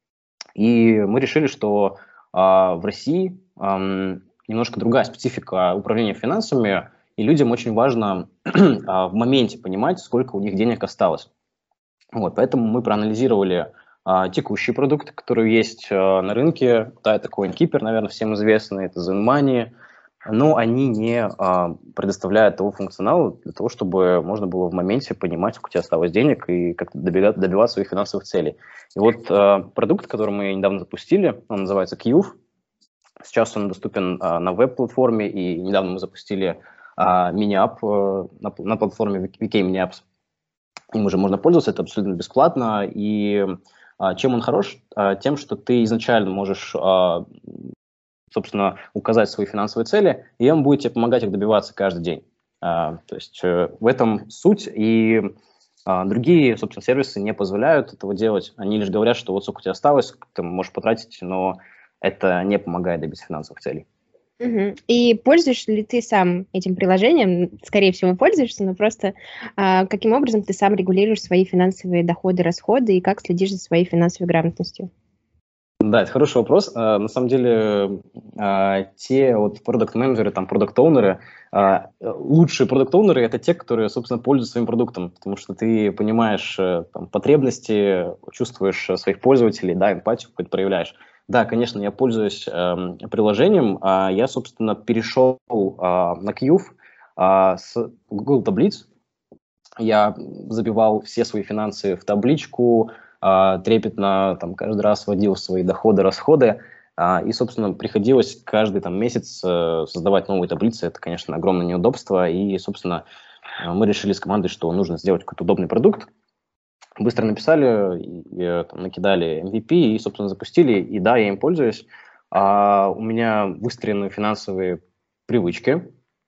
И мы решили, что а, в России а, немножко другая специфика управления финансами, и людям очень важно а, в моменте понимать, сколько у них денег осталось. Вот, поэтому мы проанализировали а, текущие продукты, которые есть а, на рынке. Да, это CoinKeeper, наверное, всем известный, это ZenMoney, но они не а, предоставляют того функционала для того, чтобы можно было в моменте понимать, сколько у тебя осталось денег и как добиваться, добиваться своих финансовых целей. И вот а, продукт, который мы недавно запустили, он называется Кьюв. Сейчас он доступен а, на веб-платформе, и недавно мы запустили а, мини-ап а, на, на платформе ви кей Mini-Apps. Им уже можно пользоваться, это абсолютно бесплатно. И а, чем он хорош? А, тем, что ты изначально можешь а, собственно, указать свои финансовые цели, и он будет тебе помогать их добиваться каждый день. А, то есть э, в этом суть, и а, другие, собственно, сервисы не позволяют этого делать. Они лишь говорят, что вот сколько у тебя осталось, ты можешь потратить, но это не помогает добиться финансовых целей. Угу. И пользуешься ли ты сам этим приложением? Скорее всего, пользуешься, но просто а, каким образом ты сам регулируешь свои финансовые доходы, расходы и как следишь за своей финансовой грамотностью? Да, это хороший вопрос. А, на самом деле, а, те вот продакт-менеджеры, там, продакт-оунеры, а, лучшие продакт-оунеры – это те, которые, собственно, пользуются своим продуктом, потому что ты понимаешь там, потребности, чувствуешь своих пользователей, да, эмпатию какую-то проявляешь. Да, конечно, я пользуюсь э, приложением. А я, собственно, перешел э, на Quf э, с Google таблиц. Я забивал все свои финансы в табличку, э, трепетно там, каждый раз вводил свои доходы, расходы. Э, и, собственно, приходилось каждый там, месяц э, создавать новые таблицы. Это, конечно, огромное неудобство. И, собственно, э, мы решили с командой, что нужно сделать какой-то удобный продукт. Быстро написали, и, там, накидали эм ви пи и, собственно, запустили. И да, я им пользуюсь. А у меня выстроены финансовые привычки.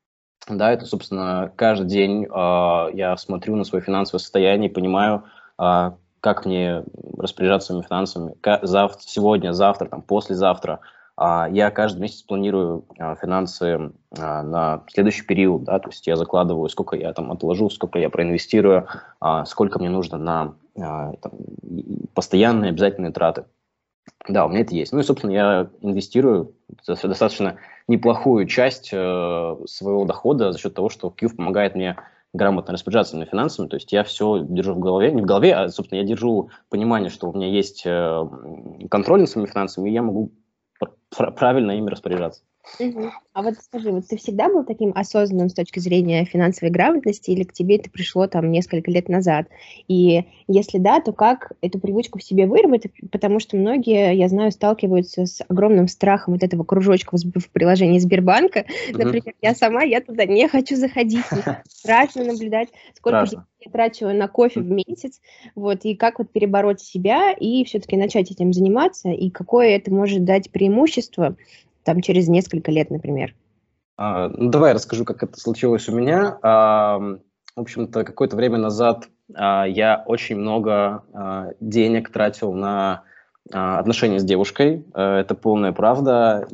Да, это, собственно, каждый день а, я смотрю на свое финансовое состояние и понимаю, а, как мне распоряжаться своими финансами. Завтра, сегодня, завтра, там, послезавтра. А, я каждый месяц планирую а, финансы а, на следующий период, да, то есть я закладываю, сколько я там отложу, сколько я проинвестирую, а, сколько мне нужно на а, там, постоянные обязательные траты. Да, у меня это есть. Ну и, собственно, я инвестирую достаточно неплохую часть э, своего дохода за счет того, что Quf помогает мне грамотно распоряжаться своими финансами, то есть я все держу в голове, не в голове, а, собственно, я держу понимание, что у меня есть э, контроль над своими финансами, и я могу правильно ими распоряжаться. Угу. А вот скажи, вот ты всегда был таким осознанным с точки зрения финансовой грамотности, или к тебе это пришло там несколько лет назад? И если да, то как эту привычку в себе выработать? Потому что многие, я знаю, сталкиваются с огромным страхом вот этого кружочка в приложении Сбербанка. Угу. Например, я сама, я туда не хочу заходить, страшно наблюдать, сколько Страшно. я трачу на кофе в месяц, вот, и как вот перебороть себя и все-таки начать этим заниматься, и какое это может дать преимущество там через несколько лет, например. А, ну, давай я расскажу, как это случилось у меня. А, в общем-то, какое-то время назад а, я очень много а, денег тратил на а, отношения с девушкой. А, это полная правда.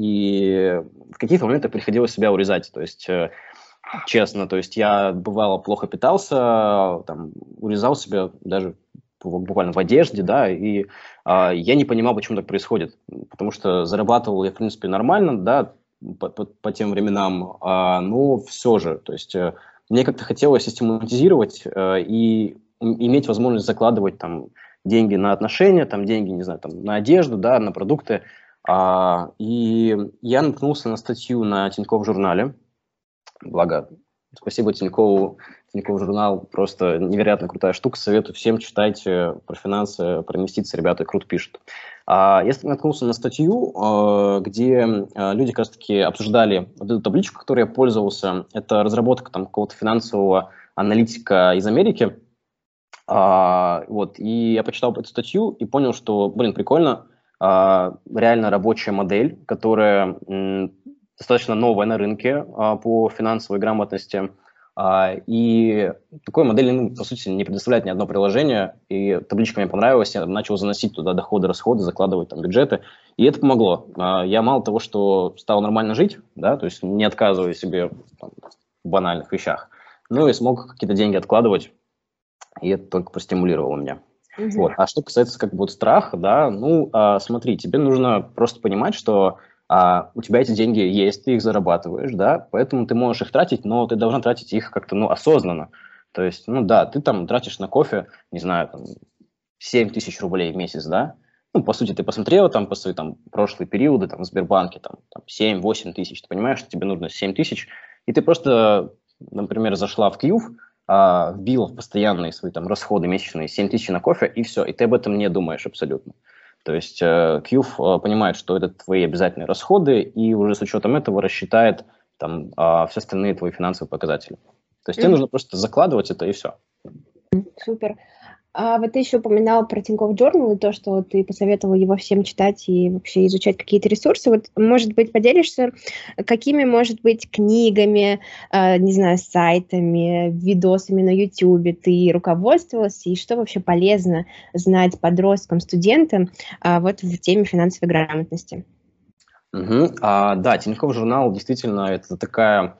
И в каких-то моментах приходилось себя урезать. То есть, честно, то есть я бывало плохо питался, там, урезал себя даже буквально в одежде, да, и а, я не понимал, почему так происходит, потому что зарабатывал я, в принципе, нормально, да, по, по, по тем временам, а, но все же, то есть э, мне как-то хотелось систематизировать э, и иметь возможность закладывать там деньги на отношения, там деньги, не знаю, там на одежду, да, на продукты, а, и я наткнулся на статью на Тинькофф журнале, благо, спасибо Тинькову. Тинькофф журнал просто невероятно крутая штука. Советую всем читать про финансы, про инвестиции. Ребята круто пишут. Я наткнулся на статью, где люди как раз-таки обсуждали вот эту табличку, которой я пользовался. Это разработка там какого-то финансового аналитика из Америки. Вот. И я почитал эту статью и понял, что, блин, прикольно. Реально рабочая модель, которая достаточно новая на рынке а, по финансовой грамотности. А, и такой модели, ну, по сути, не предоставляет ни одно приложение. И табличка мне понравилась, я начал заносить туда доходы, расходы, закладывать там бюджеты. И это помогло. А, я мало того, что стал нормально жить, да, то есть не отказывая себе там, в банальных вещах, ну и смог какие-то деньги откладывать. И это только простимулировало меня. Mm-hmm. Вот. А что касается как бы вот страха, да, ну, а, смотри, тебе нужно просто понимать, что А у тебя эти деньги есть, ты их зарабатываешь, да, поэтому ты можешь их тратить, но ты должна тратить их как-то, ну, осознанно. То есть, ну, да, ты там тратишь на кофе, не знаю, там, семь тысяч рублей в месяц, да, ну, по сути, ты посмотрел там по свои там прошлые периоды, там, в Сбербанке, там, там семь-восемь тысяч, ты понимаешь, что тебе нужно семь тысяч, и ты просто, например, зашла в Quf, а, вбила в постоянные свои там расходы месячные семь тысяч на кофе, и все, и ты об этом не думаешь абсолютно. То есть э, Quf э, понимает, что это твои обязательные расходы, и уже с учетом этого рассчитает там, э, все остальные твои финансовые показатели. То есть mm-hmm. тебе нужно просто закладывать это, и все. Супер. А вот ты еще упоминал про Тинькофф Journal и то, что ты посоветовал его всем читать и вообще изучать какие-то ресурсы. Вот, может быть, поделишься, какими, может быть, книгами, э, не знаю, сайтами, видосами на YouTube ты руководствовался, и что вообще полезно знать подросткам, студентам э, вот в теме финансовой грамотности? Угу. А, да, Тинькофф журнал действительно это такая...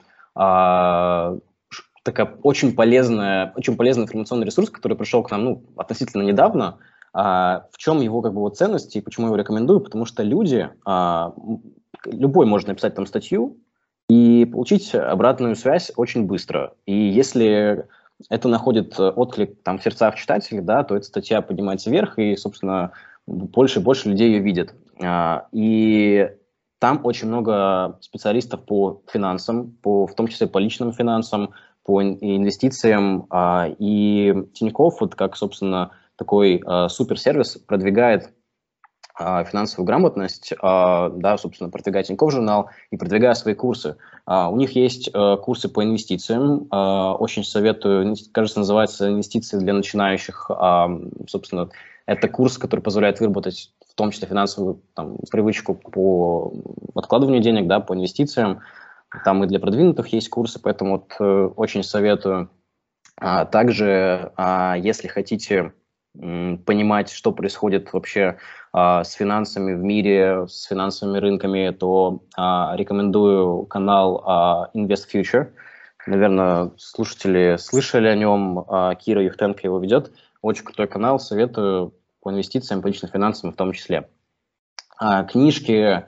А, такая очень полезная, очень полезный информационный ресурс, который пришел к нам, ну, относительно недавно. А, в чем его, как бы, вот ценности и почему я его рекомендую? Потому что люди, а, любой может написать там статью и получить обратную связь очень быстро. И если это находит отклик там в сердцах читателей, да, то эта статья поднимается вверх, и, собственно, больше и больше людей ее видят. А, и там очень много специалистов по финансам, по, в том числе по личным финансам, по инвестициям, и Тинькофф, вот как, собственно, такой суперсервис продвигает финансовую грамотность, да, собственно, продвигает Тинькофф журнал и продвигая свои курсы. У них есть курсы по инвестициям, очень советую, кажется, называется «Инвестиции для начинающих», собственно, это курс, который позволяет выработать в том числе финансовую там, привычку по откладыванию денег, да, по инвестициям. Там и для продвинутых есть курсы, поэтому вот, э, очень советую. А, также, а, если хотите м, понимать, что происходит вообще а, с финансами в мире, с финансовыми рынками, то а, рекомендую канал а, Invest Future. Наверное, слушатели слышали о нем, а, Кира Юхтенко его ведет. Очень крутой канал, советую по инвестициям, по личным финансам в том числе. А, книжки...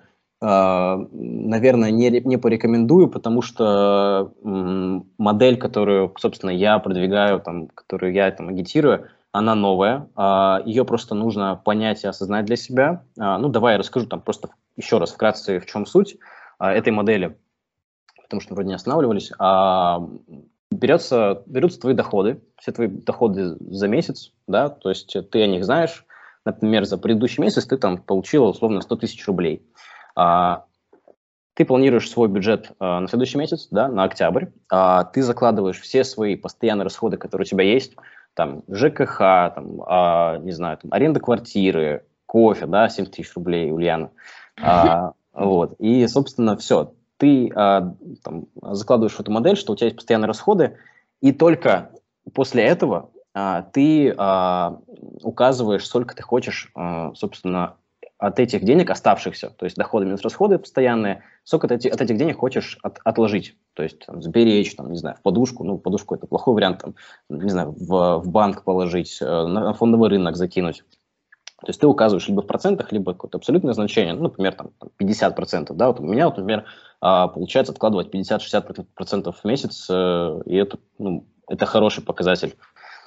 наверное, не, не порекомендую, потому что м, модель, которую, собственно, я продвигаю, там, которую я там, агитирую, она новая, а, ее просто нужно понять и осознать для себя. А, ну, давай я расскажу там просто еще раз вкратце, в чем суть а, этой модели, потому что вроде не останавливались. А, берется, берутся твои доходы, все твои доходы за месяц, да, то есть ты о них знаешь. Например, за предыдущий месяц ты там получил условно сто тысяч рублей. А, ты планируешь свой бюджет а, на следующий месяц, да, на октябрь, а, ты закладываешь все свои постоянные расходы, которые у тебя есть, там, ЖКХ, там, а, не знаю, там, аренда квартиры, кофе, да, семь тысяч рублей, Ульяна, а, вот, и, собственно, все, ты а, там, закладываешь в эту модель, что у тебя есть постоянные расходы, и только после этого а, ты а, указываешь, сколько ты хочешь, а, собственно, от этих денег оставшихся, то есть доходы минус расходы постоянные, сколько ты от этих денег хочешь от, отложить, то есть там, сберечь, там, не знаю, в подушку, ну, подушку это плохой вариант, там, не знаю, в, в банк положить, на фондовый рынок закинуть. То есть ты указываешь либо в процентах, либо какое-то абсолютное значение, ну, например, там, пятьдесят процентов, да, вот у меня, вот, например, получается откладывать пятьдесят-шестьдесят процентов в месяц, и это, ну, это хороший показатель.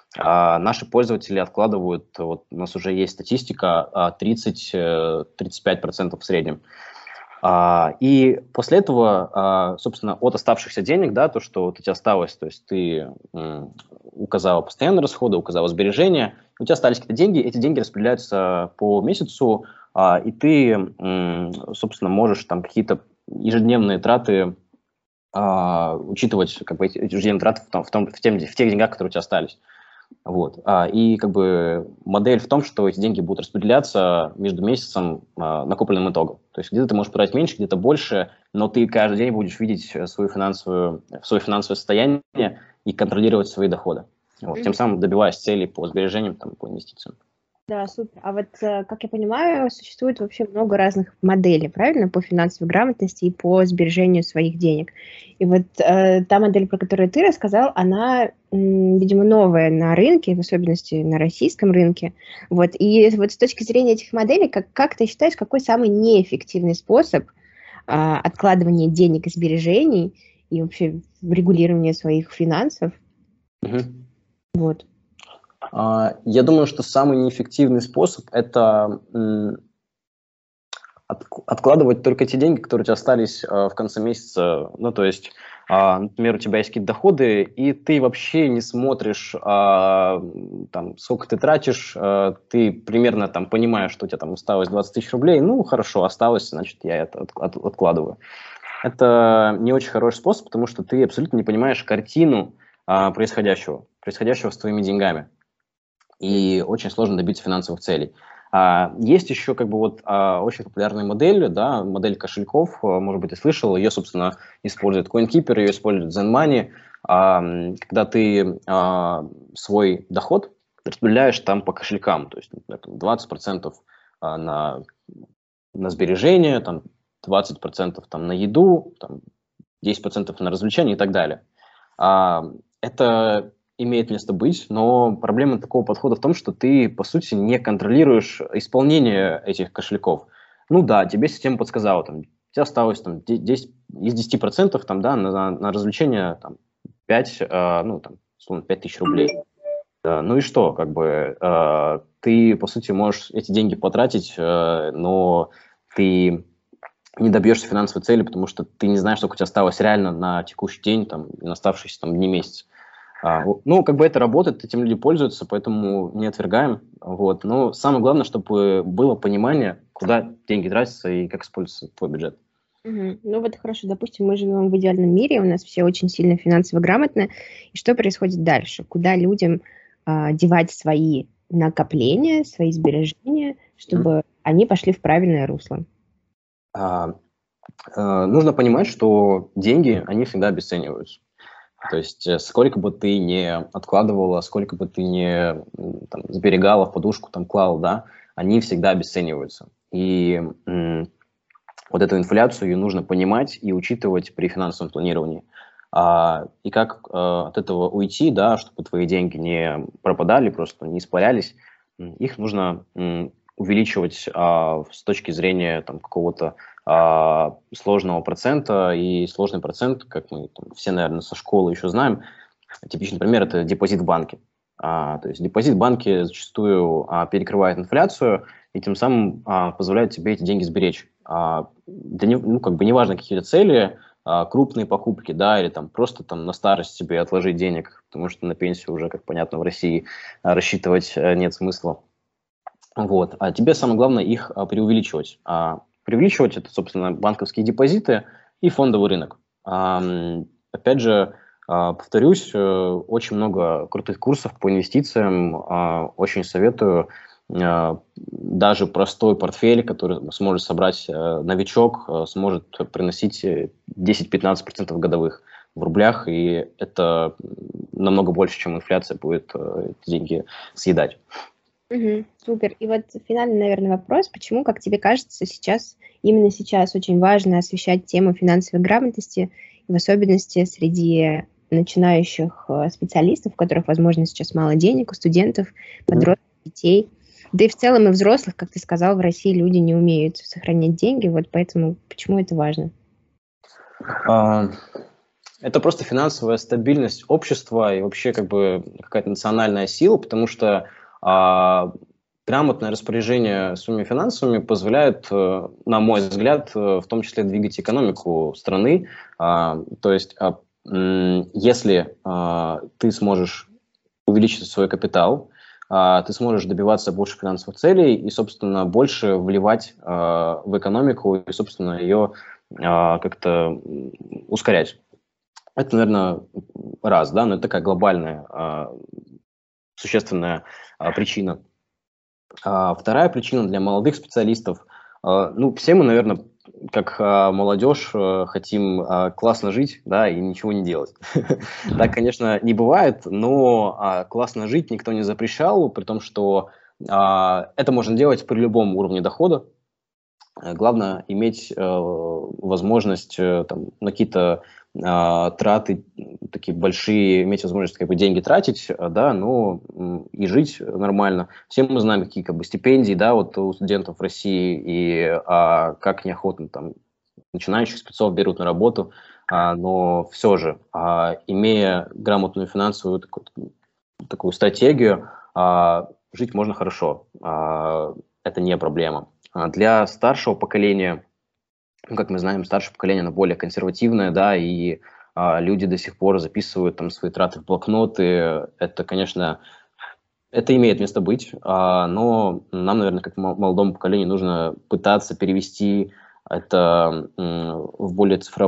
А наши пользователи откладывают, вот у нас уже есть статистика, тридцать-тридцать пять процентов в среднем. А, и после этого, а, собственно, от оставшихся денег, да, то, что вот у тебя осталось, то есть ты м, указала постоянные расходы, указала сбережения, у тебя остались какие-то деньги, эти деньги распределяются по месяцу, а, и ты, м, собственно, можешь там какие-то ежедневные траты а, учитывать, как бы эти ежедневные траты в, том, в, том, в, тем, в тех деньгах, которые у тебя остались. Вот. А, и как бы модель в том, что эти деньги будут распределяться между месяцем а, накопленным итогом. То есть где-то ты можешь потратить меньше, где-то больше, но ты каждый день будешь видеть свою финансовую, свое финансовое состояние и контролировать свои доходы. Вот. Mm-hmm. Тем самым добиваясь целей по сбережениям, там, по инвестициям. Да, супер. А вот, как я понимаю, существует вообще много разных моделей, правильно, по финансовой грамотности и по сбережению своих денег. И вот э, та модель, про которую ты рассказал, она, м, видимо, новая на рынке, в особенности на российском рынке. Вот. И вот с точки зрения этих моделей, как, как ты считаешь, какой самый неэффективный способ э, откладывания денег и сбережений и вообще регулирования своих финансов? Угу. Вот. Я думаю, что самый неэффективный способ – это откладывать только те деньги, которые у тебя остались в конце месяца. Ну, то есть, например, у тебя есть какие-то доходы, и ты вообще не смотришь, там, сколько ты тратишь, ты примерно там понимаешь, что у тебя там осталось двадцать тысяч рублей, ну, хорошо, осталось, значит, я это откладываю. Это не очень хороший способ, потому что ты абсолютно не понимаешь картину происходящего, происходящего с твоими деньгами. и очень сложно добиться финансовых целей. А, есть еще как бы вот а, очень популярная модель, да, модель кошельков, а, может быть, ты слышал, ее, собственно, использует CoinKeeper, ее использует ZenMoney, а, когда ты а, свой доход распределяешь там по кошелькам, то есть например, двадцать процентов а, на, на сбережения, там, двадцать процентов там, на еду, там, десять процентов на развлечения и так далее. А, это имеет место быть, но проблема такого подхода в том, что ты, по сути, не контролируешь исполнение этих кошельков. Ну да, тебе система подсказала, там, у тебя осталось там, десять, из десяти процентов там, да, на, на развлечения там, пять, э, ну, там, условно, пять тысяч рублей. Да, ну и что, как бы, э, ты, по сути, можешь эти деньги потратить, э, но ты не добьешься финансовой цели, потому что ты не знаешь, сколько у тебя осталось реально на текущий день, там, и на оставшиеся там, дни месяца. А, ну, как бы это работает, этим люди пользуются, поэтому не отвергаем. Вот. Но самое главное, чтобы было понимание, куда деньги тратятся и как используется твой бюджет. Угу. Ну вот хорошо, допустим, мы живем в идеальном мире, у нас все очень сильно финансово грамотны. И что происходит дальше? Куда людям а, девать свои накопления, свои сбережения, чтобы mm. они пошли в правильное русло? А, а, нужно понимать, что деньги, они всегда обесцениваются. То есть сколько бы ты не откладывала, сколько бы ты не там, сберегала в подушку, там, клала, да, они всегда обесцениваются. И м, вот эту инфляцию ее нужно понимать и учитывать при финансовом планировании. А, и как а, от этого уйти, да, чтобы твои деньги не пропадали, просто не испарялись, их нужно м, увеличивать а, с точки зрения там, какого-то а, сложного процента. И сложный процент, как мы там, все, наверное, со школы еще знаем, типичный пример – это депозит в банке. А, то есть депозит в банке зачастую а, перекрывает инфляцию и тем самым а, позволяет тебе эти деньги сберечь. А, для не, ну, как бы неважно какие-то цели, а, крупные покупки, да, или там просто там на старость себе отложить денег, потому что на пенсию уже, как понятно, в России а, рассчитывать а, нет смысла. Вот. А тебе самое главное их а, преувеличивать. А, преувеличивать это, собственно, банковские депозиты и фондовый рынок. А, опять же, а, повторюсь, очень много крутых курсов по инвестициям. А, очень советую. А, даже простой портфель, который сможет собрать а, новичок, а, сможет приносить десять-пятнадцать процентов годовых в рублях, и это намного больше, чем инфляция будет а, эти деньги съедать. Угу, супер. И вот финальный, наверное, вопрос. Почему, как тебе кажется, сейчас, именно сейчас очень важно освещать тему финансовой грамотности, и в особенности среди начинающих специалистов, у которых, возможно, сейчас мало денег, у студентов, подростков, детей. Да и в целом и взрослых, как ты сказал, в России люди не умеют сохранять деньги, вот поэтому почему это важно? Это просто финансовая стабильность общества и вообще как бы какая-то национальная сила, потому что А, грамотное распоряжение своими финансами позволяет, на мой взгляд, в том числе двигать экономику страны. А, то есть, а, если а, ты сможешь увеличить свой капитал, а, ты сможешь добиваться больше финансовых целей и, собственно, больше вливать а, в экономику и, собственно, ее а, как-то ускорять. Это, наверное, раз, да, но это такая глобальная а, существенная а, причина. А, вторая причина для молодых специалистов. А, ну, все мы, наверное, как а, молодежь а, хотим а, классно жить, да, и ничего не делать. Так, конечно, не бывает, но а, классно жить никто не запрещал, при том, что а, это можно делать при любом уровне дохода. Главное иметь э, возможность э, там, на какие-то э, траты такие большие, иметь возможность как бы, деньги тратить, да, но э, и жить нормально. Все мы знаем, какие как бы, стипендии да, вот, у студентов в России, и э, как неохотно там, начинающих спецов берут на работу, э, но все же, э, имея грамотную финансовую такую, такую стратегию, э, жить можно хорошо. Э, это не проблема. Для старшего поколения, ну, как мы знаем, старшее поколение, оно более консервативное, да, и а, люди до сих пор записывают там свои траты в блокноты. Это, конечно, это имеет место быть, а, но нам, наверное, как молодому поколению нужно пытаться перевести это м, в более цифровое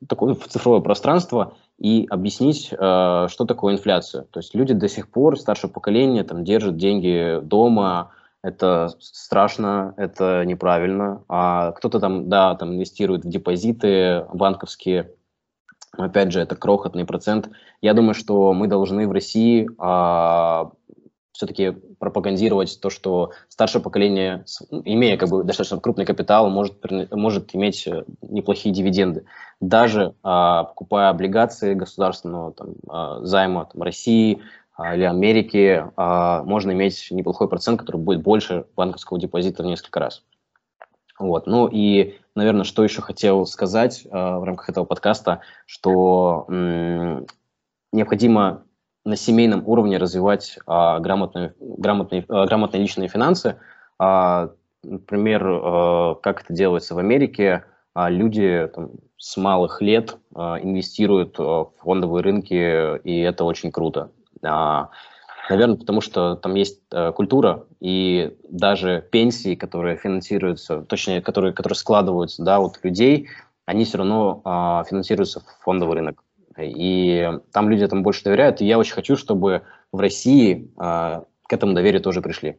такое в цифровое пространство и объяснить, что такое инфляция. То есть люди до сих пор, старшее поколение, там, держат деньги дома, это страшно, это неправильно. А кто-то там, да, там инвестирует в депозиты банковские, но опять же, это крохотный процент. Я думаю, что мы должны в России а, все-таки пропагандировать то, что старшее поколение, имея как бы достаточно крупный капитал, может, может иметь неплохие дивиденды. Даже а, покупая облигации государственного там, а, займа там, России а, или Америки, а, можно иметь неплохой процент, который будет больше банковского депозита в несколько раз. Вот. Ну и, наверное, что еще хотел сказать а, в рамках этого подкаста, что м- необходимо на семейном уровне развивать а, грамотные, грамотные, а, грамотные личные финансы. А, например, а, как это делается в Америке, а, люди там, с малых лет а, инвестируют а, в фондовые рынки, и это очень круто. А, наверное, потому что там есть а, культура, и даже пенсии, которые финансируются, точнее, которые, которые складываются, да, от людей, они все равно а, финансируются в фондовый рынок. И там люди этому больше доверяют, и я очень хочу, чтобы в России а, к этому доверию тоже пришли.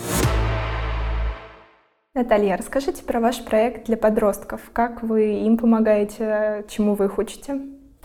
Наталья, расскажите про ваш проект для подростков. Как вы им помогаете, чему вы их учите?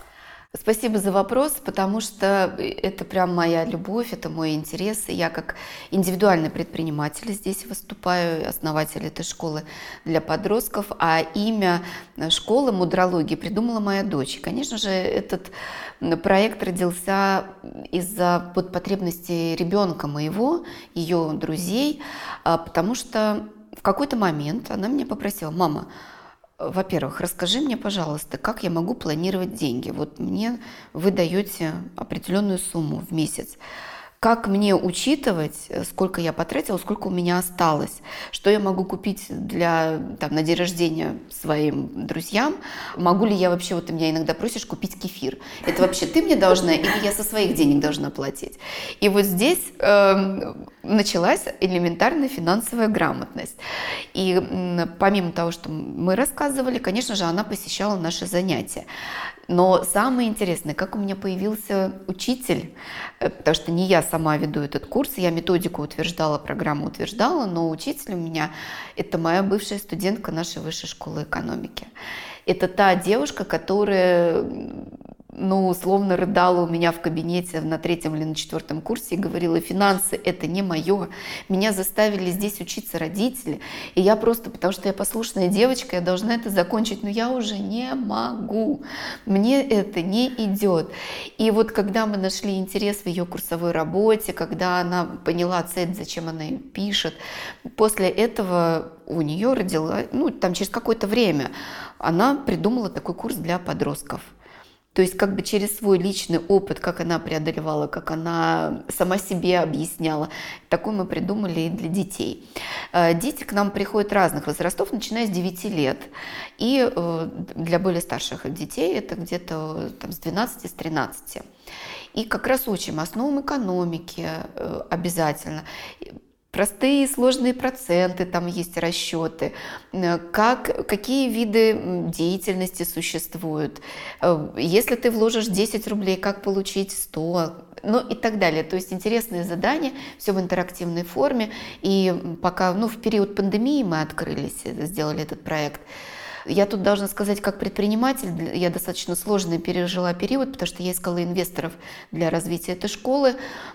Спасибо за вопрос, потому что это прям моя любовь, это мой интерес. Я как индивидуальный предприниматель здесь выступаю, основатель этой школы для подростков, а имя школы мудрологии придумала моя дочь. И, конечно же, этот проект родился из-за вот потребностей ребенка моего, ее друзей, потому что в какой-то момент она меня попросила: мама, во-первых, расскажи мне, пожалуйста, как я могу планировать деньги. Вот мне вы даете определенную сумму в месяц. Как мне учитывать, сколько я потратила, сколько у меня осталось, что я могу купить для, там, на день рождения своим друзьям, могу ли я вообще, вот ты меня иногда просишь купить кефир, это вообще ты мне должна или я со своих денег должна платить? И вот здесь э, началась элементарная финансовая грамотность. И э, помимо того, что мы рассказывали, конечно же, она посещала наши занятия. Но самое интересное, как у меня появился учитель, потому что не я сама веду этот курс, я методику утверждала, программу утверждала, но учитель у меня – это моя бывшая студентка нашей высшей школы экономики. Это та девушка, которая, ну, условно рыдала у меня в кабинете на третьем или на четвертом курсе и говорила: финансы – это не мое. Меня заставили здесь учиться родители, и я просто, потому что я послушная девочка, я должна это закончить, но я уже не могу. Мне это не идет. И вот когда мы нашли интерес в ее курсовой работе, когда она поняла цель, зачем она ее пишет, после этого у нее родила, ну, там через какое-то время, она придумала такой курс для подростков. То есть как бы через свой личный опыт, как она преодолевала, как она сама себе объясняла, такой мы придумали и для детей. Дети к нам приходят разных возрастов, начиная с девяти лет. И для более старших детей это где-то там, с двенадцати, с тринадцати. И как раз учим основам экономики обязательно. Простые сложные проценты, там есть расчеты, как, какие виды деятельности существуют. Если ты вложишь десять рублей, как получить сто, ну и так далее. То есть интересные задания, все в интерактивной форме. И пока, ну, в период пандемии мы открылись, сделали этот проект. Я тут должна сказать, как предприниматель, я достаточно сложно пережила период, потому что я искала инвесторов для развития этой школы,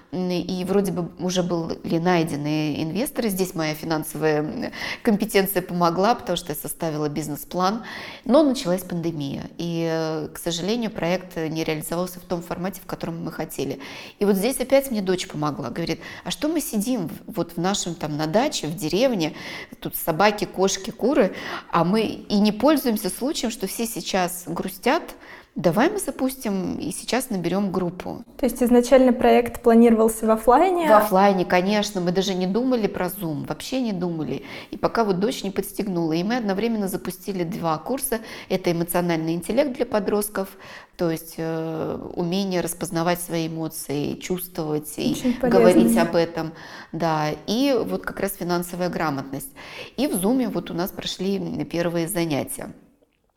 и вроде бы уже были найдены инвесторы. Здесь моя финансовая компетенция помогла, потому что я составила бизнес-план, но началась пандемия, и, к сожалению, проект не реализовался в том формате, в котором мы хотели. И вот здесь опять мне дочь помогла, говорит: а что мы сидим вот в нашем там на даче, в деревне, тут собаки, кошки, куры, а мы и не пользуемся случаем, что все сейчас грустят, давай мы запустим и сейчас наберем группу. То есть изначально проект планировался в офлайне? В офлайне, конечно. Мы даже не думали про Zoom, вообще не думали. И пока вот дочь не подстегнула. И мы одновременно запустили два курса. Это эмоциональный интеллект для подростков, то есть э, умение распознавать свои эмоции, чувствовать и говорить об этом. Да. И вот как раз финансовая грамотность. И в Zoom вот у нас прошли первые занятия.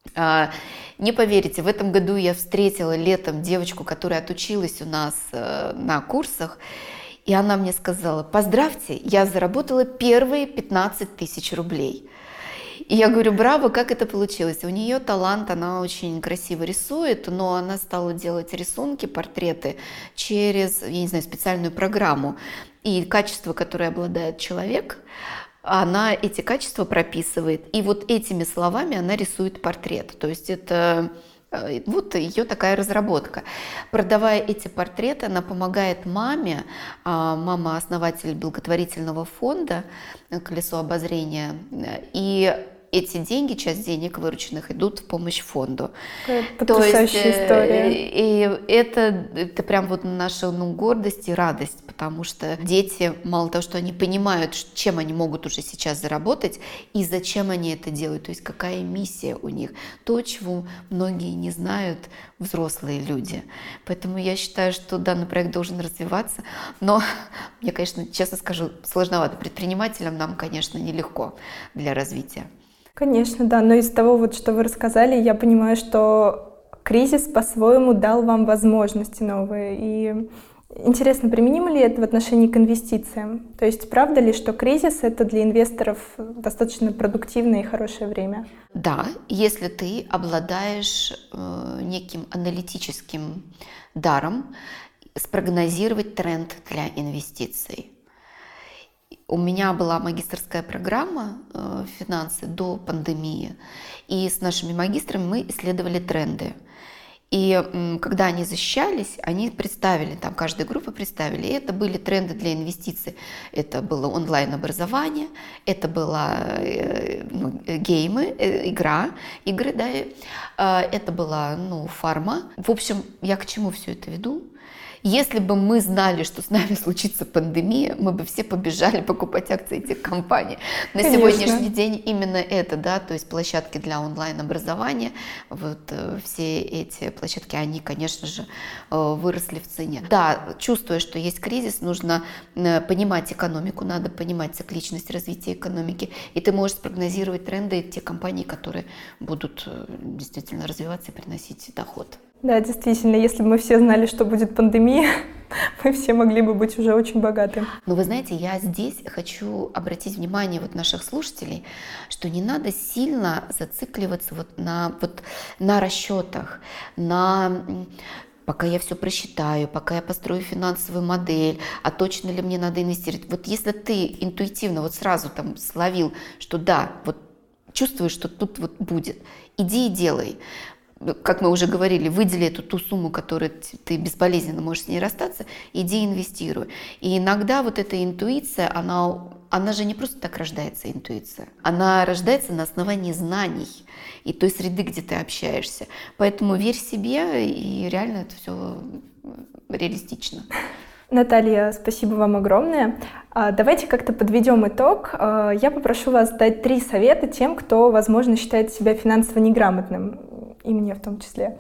Не поверите, в этом году я встретила летом девочку, которая отучилась у нас на курсах, и она мне сказала: поздравьте, я заработала первые пятнадцать тысяч рублей. И я говорю: браво, как это получилось? У нее талант, она очень красиво рисует, но она стала делать рисунки, портреты через, я не знаю, специальную программу. И качество, которое обладает человек, она эти качества прописывает. И вот этими словами она рисует портрет. То есть это вот ее такая разработка. Продавая эти портреты, она помогает маме. Мама основатель благотворительного фонда «Колесо обозрения». И эти деньги, часть денег вырученных, идут в помощь фонду. Это потрясающая То есть, история. И это, это прям вот наша ну, гордость и радость, потому что дети, мало того, что они понимают, чем они могут уже сейчас заработать и зачем они это делают, то есть какая миссия у них, то, чего многие не знают взрослые люди. Поэтому я считаю, что данный проект должен развиваться, но я, конечно, честно скажу, сложновато. Предпринимателям нам, конечно, нелегко для развития. Конечно, да, но из того, вот, что вы рассказали, я понимаю, что кризис по-своему дал вам возможности новые. И интересно, применимо ли это в отношении к инвестициям? То есть правда ли, что кризис — это для инвесторов достаточно продуктивное и хорошее время? Да, если ты обладаешь э, неким аналитическим даром спрогнозировать тренд для инвестиций. У меня была магистерская программа э, «Финансы» до пандемии, и с нашими магистрами мы исследовали тренды. И м, когда они защищались, они представили, там каждая группа представили, и это были тренды для инвестиций. Это было онлайн-образование, это была э, ну, геймы, э, игра, игры, да, э, это была ну, фарма. В общем, я к чему все это веду? Если бы мы знали, что с нами случится пандемия, мы бы все побежали покупать акции этих компаний. На Конечно. Сегодняшний день именно это, да, то есть площадки для онлайн-образования, вот э, все эти площадки, они, конечно же, э, выросли в цене. Да, чувствуя, что есть кризис, нужно э, понимать экономику, надо понимать цикличность развития экономики, и ты можешь спрогнозировать тренды те компании, которые будут э, действительно развиваться и приносить доход. Да, действительно, если бы мы все знали, что будет пандемия, мы все могли бы быть уже очень богаты. Но вы знаете, я здесь хочу обратить внимание вот наших слушателей, что не надо сильно зацикливаться вот на, вот на расчетах, на пока я все просчитаю, пока я построю финансовую модель, а точно ли мне надо инвестировать. Вот если ты интуитивно вот сразу там словил, что да, вот чувствуешь, что тут вот будет, иди и делай. Как мы уже говорили, выдели эту ту сумму, которую ты безболезненно можешь с ней расстаться, иди инвестируй. И иногда вот эта интуиция, она, она же не просто так рождается, интуиция. Она рождается на основании знаний и той среды, где ты общаешься. Поэтому верь себе, и реально это все реалистично. Наталья, спасибо вам огромное. Давайте как-то подведем итог. Я попрошу вас дать три совета тем, кто, возможно, считает себя финансово неграмотным. И мне в том числе.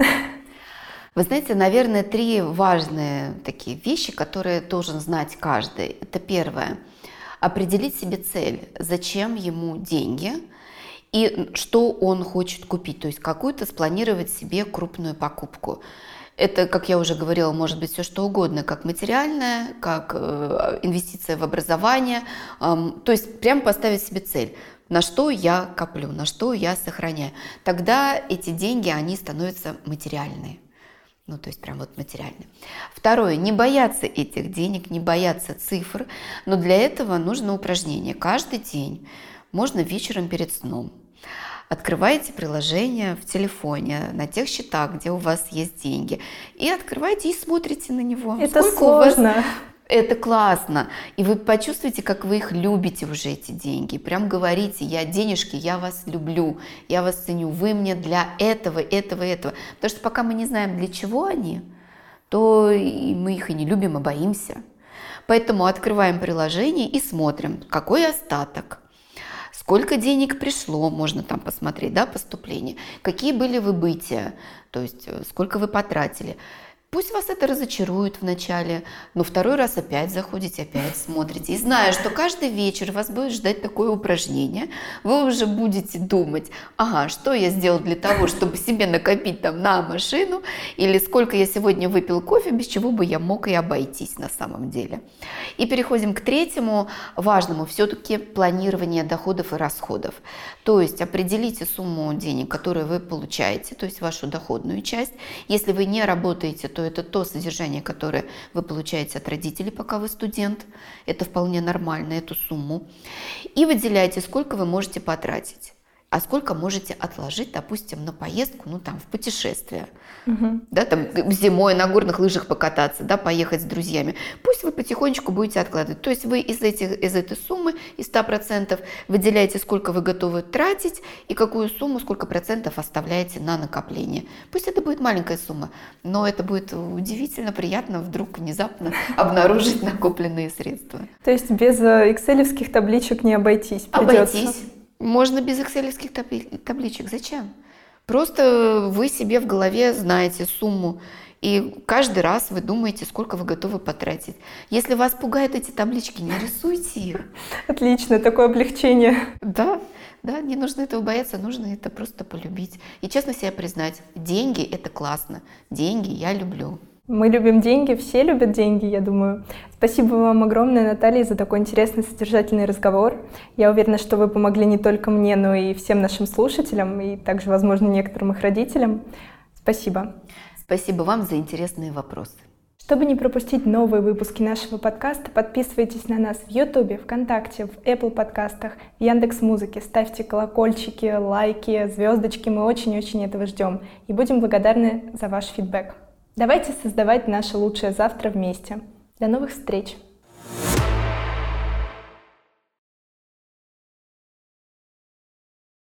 Вы знаете, наверное, три важные такие вещи, которые должен знать каждый. Это первое. Определить себе цель, зачем ему деньги и что он хочет купить. То есть какую-то спланировать себе крупную покупку. Это, как я уже говорила, может быть все что угодно, как материальное, как э, инвестиция в образование. Э, то есть прямо поставить себе цель. На что я коплю, на что я сохраняю. Тогда эти деньги, они становятся материальные. Ну, то есть прям вот материальные. Второе, не бояться этих денег, не бояться цифр, но для этого нужно упражнение. Каждый день, можно вечером перед сном, открываете приложение в телефоне на тех счетах, где у вас есть деньги, и открываете и смотрите на него. Это Сколько сложно. У вас... Это классно. И вы почувствуете, как вы их любите уже, эти деньги. Прям говорите: я денежки, я вас люблю, я вас ценю, вы мне для этого, этого, этого. Потому что пока мы не знаем, для чего они, то и мы их и не любим, и боимся. Поэтому открываем приложение и смотрим, какой остаток, сколько денег пришло, можно там посмотреть, да, поступление, какие были выбытия, то есть сколько вы потратили. Пусть вас это разочарует вначале, но второй раз опять заходите, опять смотрите. И зная, что каждый вечер вас будет ждать такое упражнение, вы уже будете думать, ага, что я сделал для того, чтобы себе накопить там на машину, или сколько я сегодня выпил кофе, без чего бы я мог и обойтись на самом деле. И переходим к третьему важному, все-таки планирование доходов и расходов. То есть определите сумму денег, которую вы получаете, то есть вашу доходную часть. Если вы не работаете, то это то содержание, которое вы получаете от родителей, пока вы студент. Это вполне нормально, эту сумму. И выделяйте, сколько вы можете потратить, а сколько можете отложить, допустим, на поездку, ну там, в путешествие. Угу. Да, там зимой на горных лыжах покататься, да, поехать с друзьями. Пусть вы потихонечку будете откладывать. То есть вы из, этих, из этой суммы, из ста процентов, выделяете, сколько вы готовы тратить и какую сумму, сколько процентов оставляете на накопление. Пусть это будет маленькая сумма, но это будет удивительно приятно вдруг внезапно обнаружить накопленные средства. То есть без экселевских табличек не обойтись придется? Обойтись. Можно без экселевских табличек. Зачем? Просто вы себе в голове знаете сумму, и каждый раз вы думаете, сколько вы готовы потратить. Если вас пугают эти таблички, не рисуйте их. Отлично, такое облегчение. Да, да, не нужно этого бояться, нужно это просто полюбить. И честно себе признать, деньги – это классно, деньги я люблю. Мы любим деньги, все любят деньги, я думаю. Спасибо вам огромное, Наталья, за такой интересный, содержательный разговор. Я уверена, что вы помогли не только мне, но и всем нашим слушателям, и также, возможно, некоторым их родителям. Спасибо. Спасибо вам за интересные вопросы. Чтобы не пропустить новые выпуски нашего подкаста, подписывайтесь на нас в Ютубе, ВКонтакте, в Apple подкастах, в Яндекс.Музыке. Ставьте колокольчики, лайки, звездочки. Мы очень-очень этого ждем. И будем благодарны за ваш фидбэк. Давайте создавать наше лучшее завтра вместе. До новых встреч!